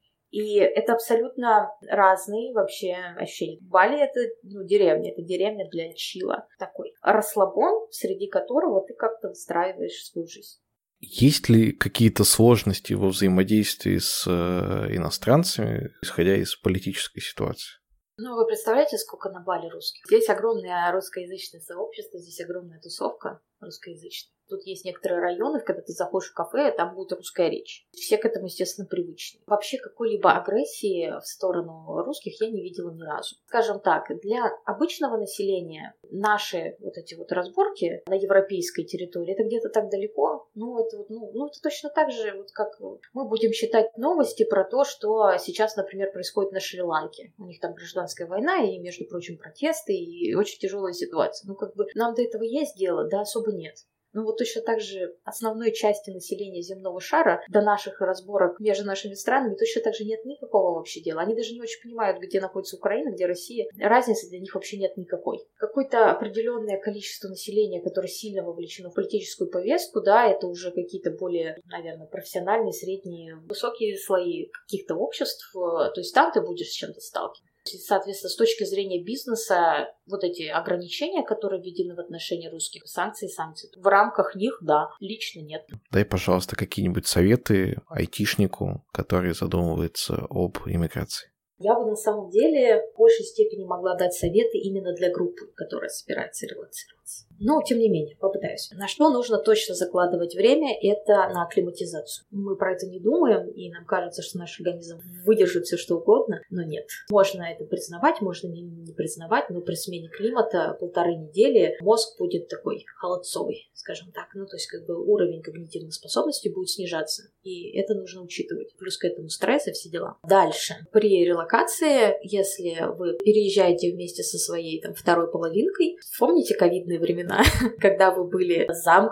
[SPEAKER 4] И это абсолютно разные вообще ощущения. Бали — это деревня для чила. Такой расслабон, среди которого ты как-то выстраиваешь свою жизнь.
[SPEAKER 1] Есть ли какие-то сложности во взаимодействии с иностранцами, исходя из политической ситуации?
[SPEAKER 4] Ну, вы представляете, сколько на Бали русских? Здесь огромное русскоязычное сообщество, здесь огромная тусовка русскоязычная. Тут есть некоторые районы, когда ты заходишь в кафе, там будет русская речь. Все к этому, естественно, привычны. Вообще какой-либо агрессии в сторону русских я не видела ни разу. Скажем так, для обычного населения наши вот эти вот разборки на европейской территории, это где-то так далеко, это точно так же, вот как мы будем считать новости про то, что сейчас, например, происходит на Шри-Ланке. У них там гражданская война и, между прочим, протесты и очень тяжелая ситуация. Нам до этого есть дело, да особо нет. Вот точно так же основной части населения земного шара до наших разборок между нашими странами точно так же нет никакого вообще дела. Они даже не очень понимают, где находится Украина, где Россия. Разницы для них вообще нет никакой. Какое-то определенное количество населения, которое сильно вовлечено в политическую повестку, да, это уже какие-то более, наверное, профессиональные, средние, высокие слои каких-то обществ. То есть там ты будешь с чем-то сталкиваться. Соответственно, с точки зрения бизнеса, вот эти ограничения, которые введены в отношении русских, санкции, в рамках них, да, лично нет.
[SPEAKER 1] Дай, пожалуйста, какие-нибудь советы айтишнику, который задумывается об иммиграции.
[SPEAKER 4] Я бы на самом деле в большей степени могла дать советы именно для группы, которая собирается релоцироваться. Но, тем не менее, попытаюсь. На что нужно точно закладывать время, это на акклиматизацию. Мы про это не думаем, и нам кажется, что наш организм выдержит все что угодно, но нет. Можно это признавать, можно не признавать, но при смене климата 1,5 недели мозг будет такой холодцовый, скажем так. То есть уровень когнитивных способностей будет снижаться, и это нужно учитывать. Плюс к этому стресс и все дела. Дальше. При релокации, если вы переезжаете вместе со своей второй половинкой, вспомните ковидные времена, когда вы были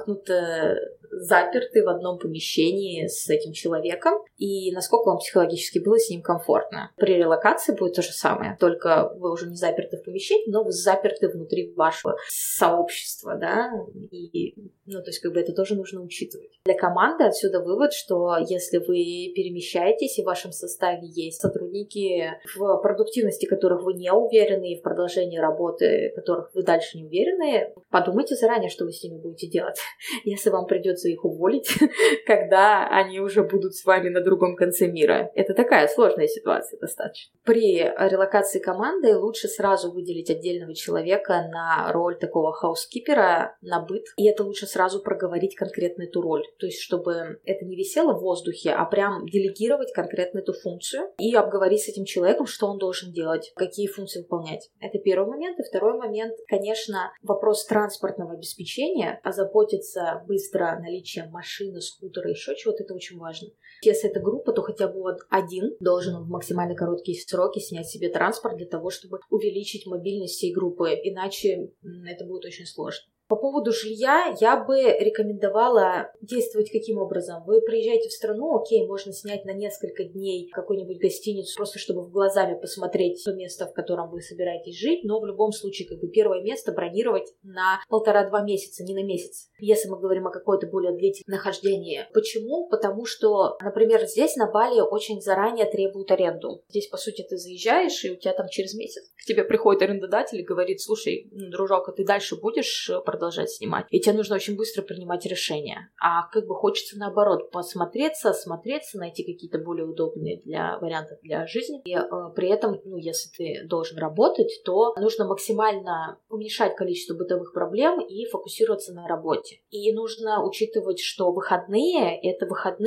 [SPEAKER 4] заперты в одном помещении с этим человеком, и насколько вам психологически было с ним комфортно. При релокации будет то же самое, только вы уже не заперты в помещении, но вы заперты внутри вашего сообщества, да, и, это тоже нужно учитывать. Для команды отсюда вывод, что если вы перемещаетесь, и в вашем составе есть сотрудники, в продуктивности которых вы не уверены, и в продолжении работы которых вы дальше не уверены, подумайте заранее, что вы с ними будете делать. Если вам придется их уволить, когда они уже будут с вами на другом конце мира. Это такая сложная ситуация достаточно. При релокации команды лучше сразу выделить отдельного человека на роль такого хаускипера, на быт. И это лучше сразу проговорить конкретно эту роль. То есть, чтобы это не висело в воздухе, а прям делегировать конкретно эту функцию и обговорить с этим человеком, что он должен делать, какие функции выполнять. Это первый момент. И второй момент, конечно, вопрос транспортного обеспечения, озаботиться быстро наличием машины, скутера, еще чего-то, это очень важно. Если это группа, то хотя бы один должен в максимально короткие сроки снять себе транспорт для того, чтобы увеличить мобильность всей группы, иначе это будет очень сложно. По поводу жилья я бы рекомендовала действовать каким образом? Вы приезжаете в страну, окей, можно снять на несколько дней какую-нибудь гостиницу, просто чтобы глазами посмотреть то место, в котором вы собираетесь жить, но в любом случае первое место бронировать на 1,5-2 месяца, не на месяц. Если мы говорим о какой-то более длительном нахождении. Почему? Потому что, например, здесь на Бали очень заранее требуют аренду. Здесь, по сути, ты заезжаешь, и у тебя через месяц к тебе приходит арендодатель и говорит: слушай, дружок, а ты дальше будешь продолжать снимать? И тебе нужно очень быстро принимать решения. А хочется наоборот осмотреться, найти какие-то более удобные варианты для жизни. И при этом, если ты должен работать, то нужно максимально уменьшать количество бытовых проблем и фокусироваться на работе. И нужно учитывать, что выходные — это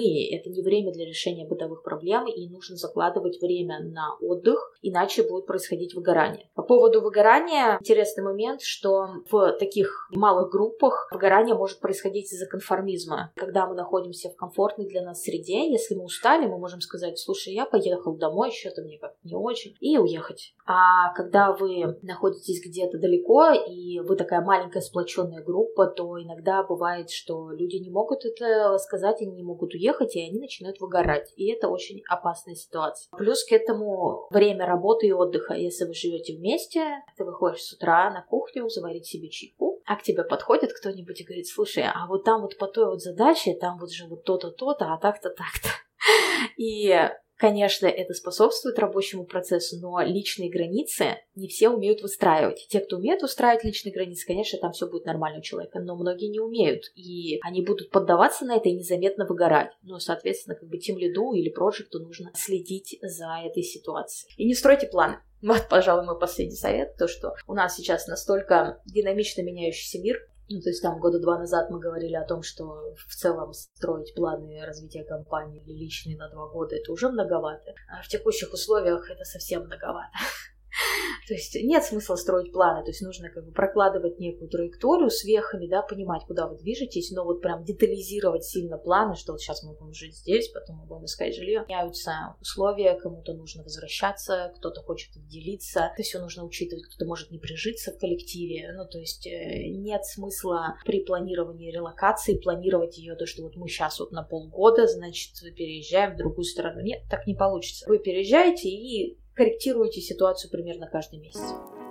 [SPEAKER 4] не время для решения бытовых проблем, и нужно закладывать время на отдых, иначе будет происходить выгорание. По поводу выгорания, интересный момент, что в таких малых группах выгорание может происходить из-за конформизма. Когда мы находимся в комфортной для нас среде, если мы устали, мы можем сказать: слушай, я поехал домой, что-то мне как-то не очень, и уехать. А когда вы находитесь где-то далеко, и вы такая маленькая сплоченная группа, то иногда бывает, что люди не могут это сказать, они не могут уехать, и они начинают выгорать. И это очень опасная ситуация. Плюс к этому время работы и отдыха. Если вы живете вместе, ты выходишь с утра на кухню заварить себе чайку, а к тебе подходит кто-нибудь и говорит: слушай, а там по той задаче, там же то-то, то-то, а так-то, так-то. И Конечно, это способствует рабочему процессу, но личные границы не все умеют выстраивать. Те, кто умеет выстраивать личные границы, конечно, там все будет нормально у человека, но многие не умеют. И они будут поддаваться на это и незаметно выгорать. Ну, соответственно, тимлиду или проекту нужно следить за этой ситуацией. И не стройте планы. Вот, пожалуй, мой последний совет, то, что у нас сейчас настолько динамично меняющийся мир. То есть там 2 года назад мы говорили о том, что в целом строить планы развития компании или личные на 2 года это уже многовато. А в текущих условиях это совсем многовато. То есть нет смысла строить планы, то есть нужно прокладывать некую траекторию с вехами, да, понимать, куда вы движетесь, но прям детализировать сильно планы, что сейчас мы будем жить здесь, потом мы будем искать жилье. Меняются условия, кому-то нужно возвращаться, кто-то хочет отделиться, это все нужно учитывать, кто-то может не прижиться в коллективе, то есть нет смысла при планировании релокации планировать ее, то, что мы сейчас на полгода, значит, переезжаем в другую сторону. Нет, так не получится. Вы переезжаете и корректируйте ситуацию примерно каждый месяц.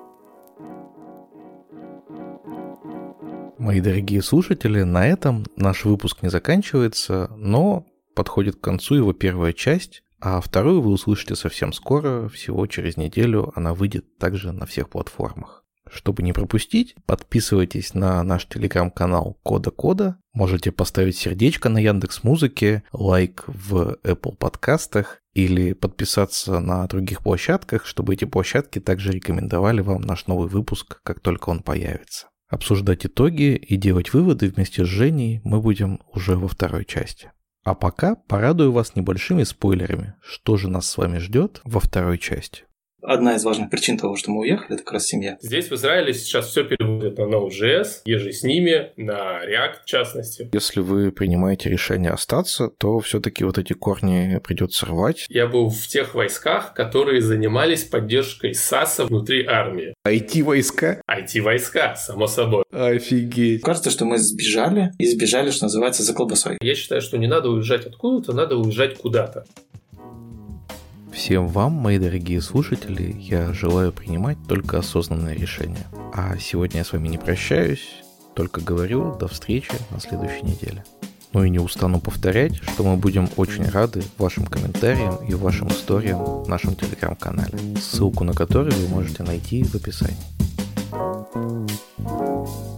[SPEAKER 1] Мои дорогие слушатели, на этом наш выпуск не заканчивается, но подходит к концу его первая часть, а вторую вы услышите совсем скоро, всего через неделю она выйдет также на всех платформах. Чтобы не пропустить, подписывайтесь на наш телеграм-канал Кода. Можете поставить сердечко на Яндекс.Музыке, лайк в Apple подкастах или подписаться на других площадках, чтобы эти площадки также рекомендовали вам наш новый выпуск, как только он появится. Обсуждать итоги и делать выводы вместе с Женей мы будем уже во второй части. А пока порадую вас небольшими спойлерами, что же нас с вами ждет во второй части.
[SPEAKER 5] Одна из важных причин того, что мы уехали, это как раз семья.
[SPEAKER 6] Здесь в Израиле сейчас все переводят на Node.js, еже с ними, на React в частности.
[SPEAKER 1] Если вы принимаете решение остаться, то все-таки эти корни придется рвать.
[SPEAKER 6] Я был в тех войсках, которые занимались поддержкой САСа внутри армии.
[SPEAKER 1] IT-войска?
[SPEAKER 6] IT-войска, само собой.
[SPEAKER 1] Офигеть.
[SPEAKER 5] Кажется, что мы сбежали, что называется, за колбасой.
[SPEAKER 6] Я считаю, что не надо уезжать откуда-то, надо уезжать куда-то.
[SPEAKER 1] Всем вам, мои дорогие слушатели, я желаю принимать только осознанные решения. А сегодня я с вами не прощаюсь, только говорю до встречи на следующей неделе. Ну и не устану повторять, что мы будем очень рады вашим комментариям и вашим историям в нашем телеграм-канале, ссылку на который вы можете найти в описании.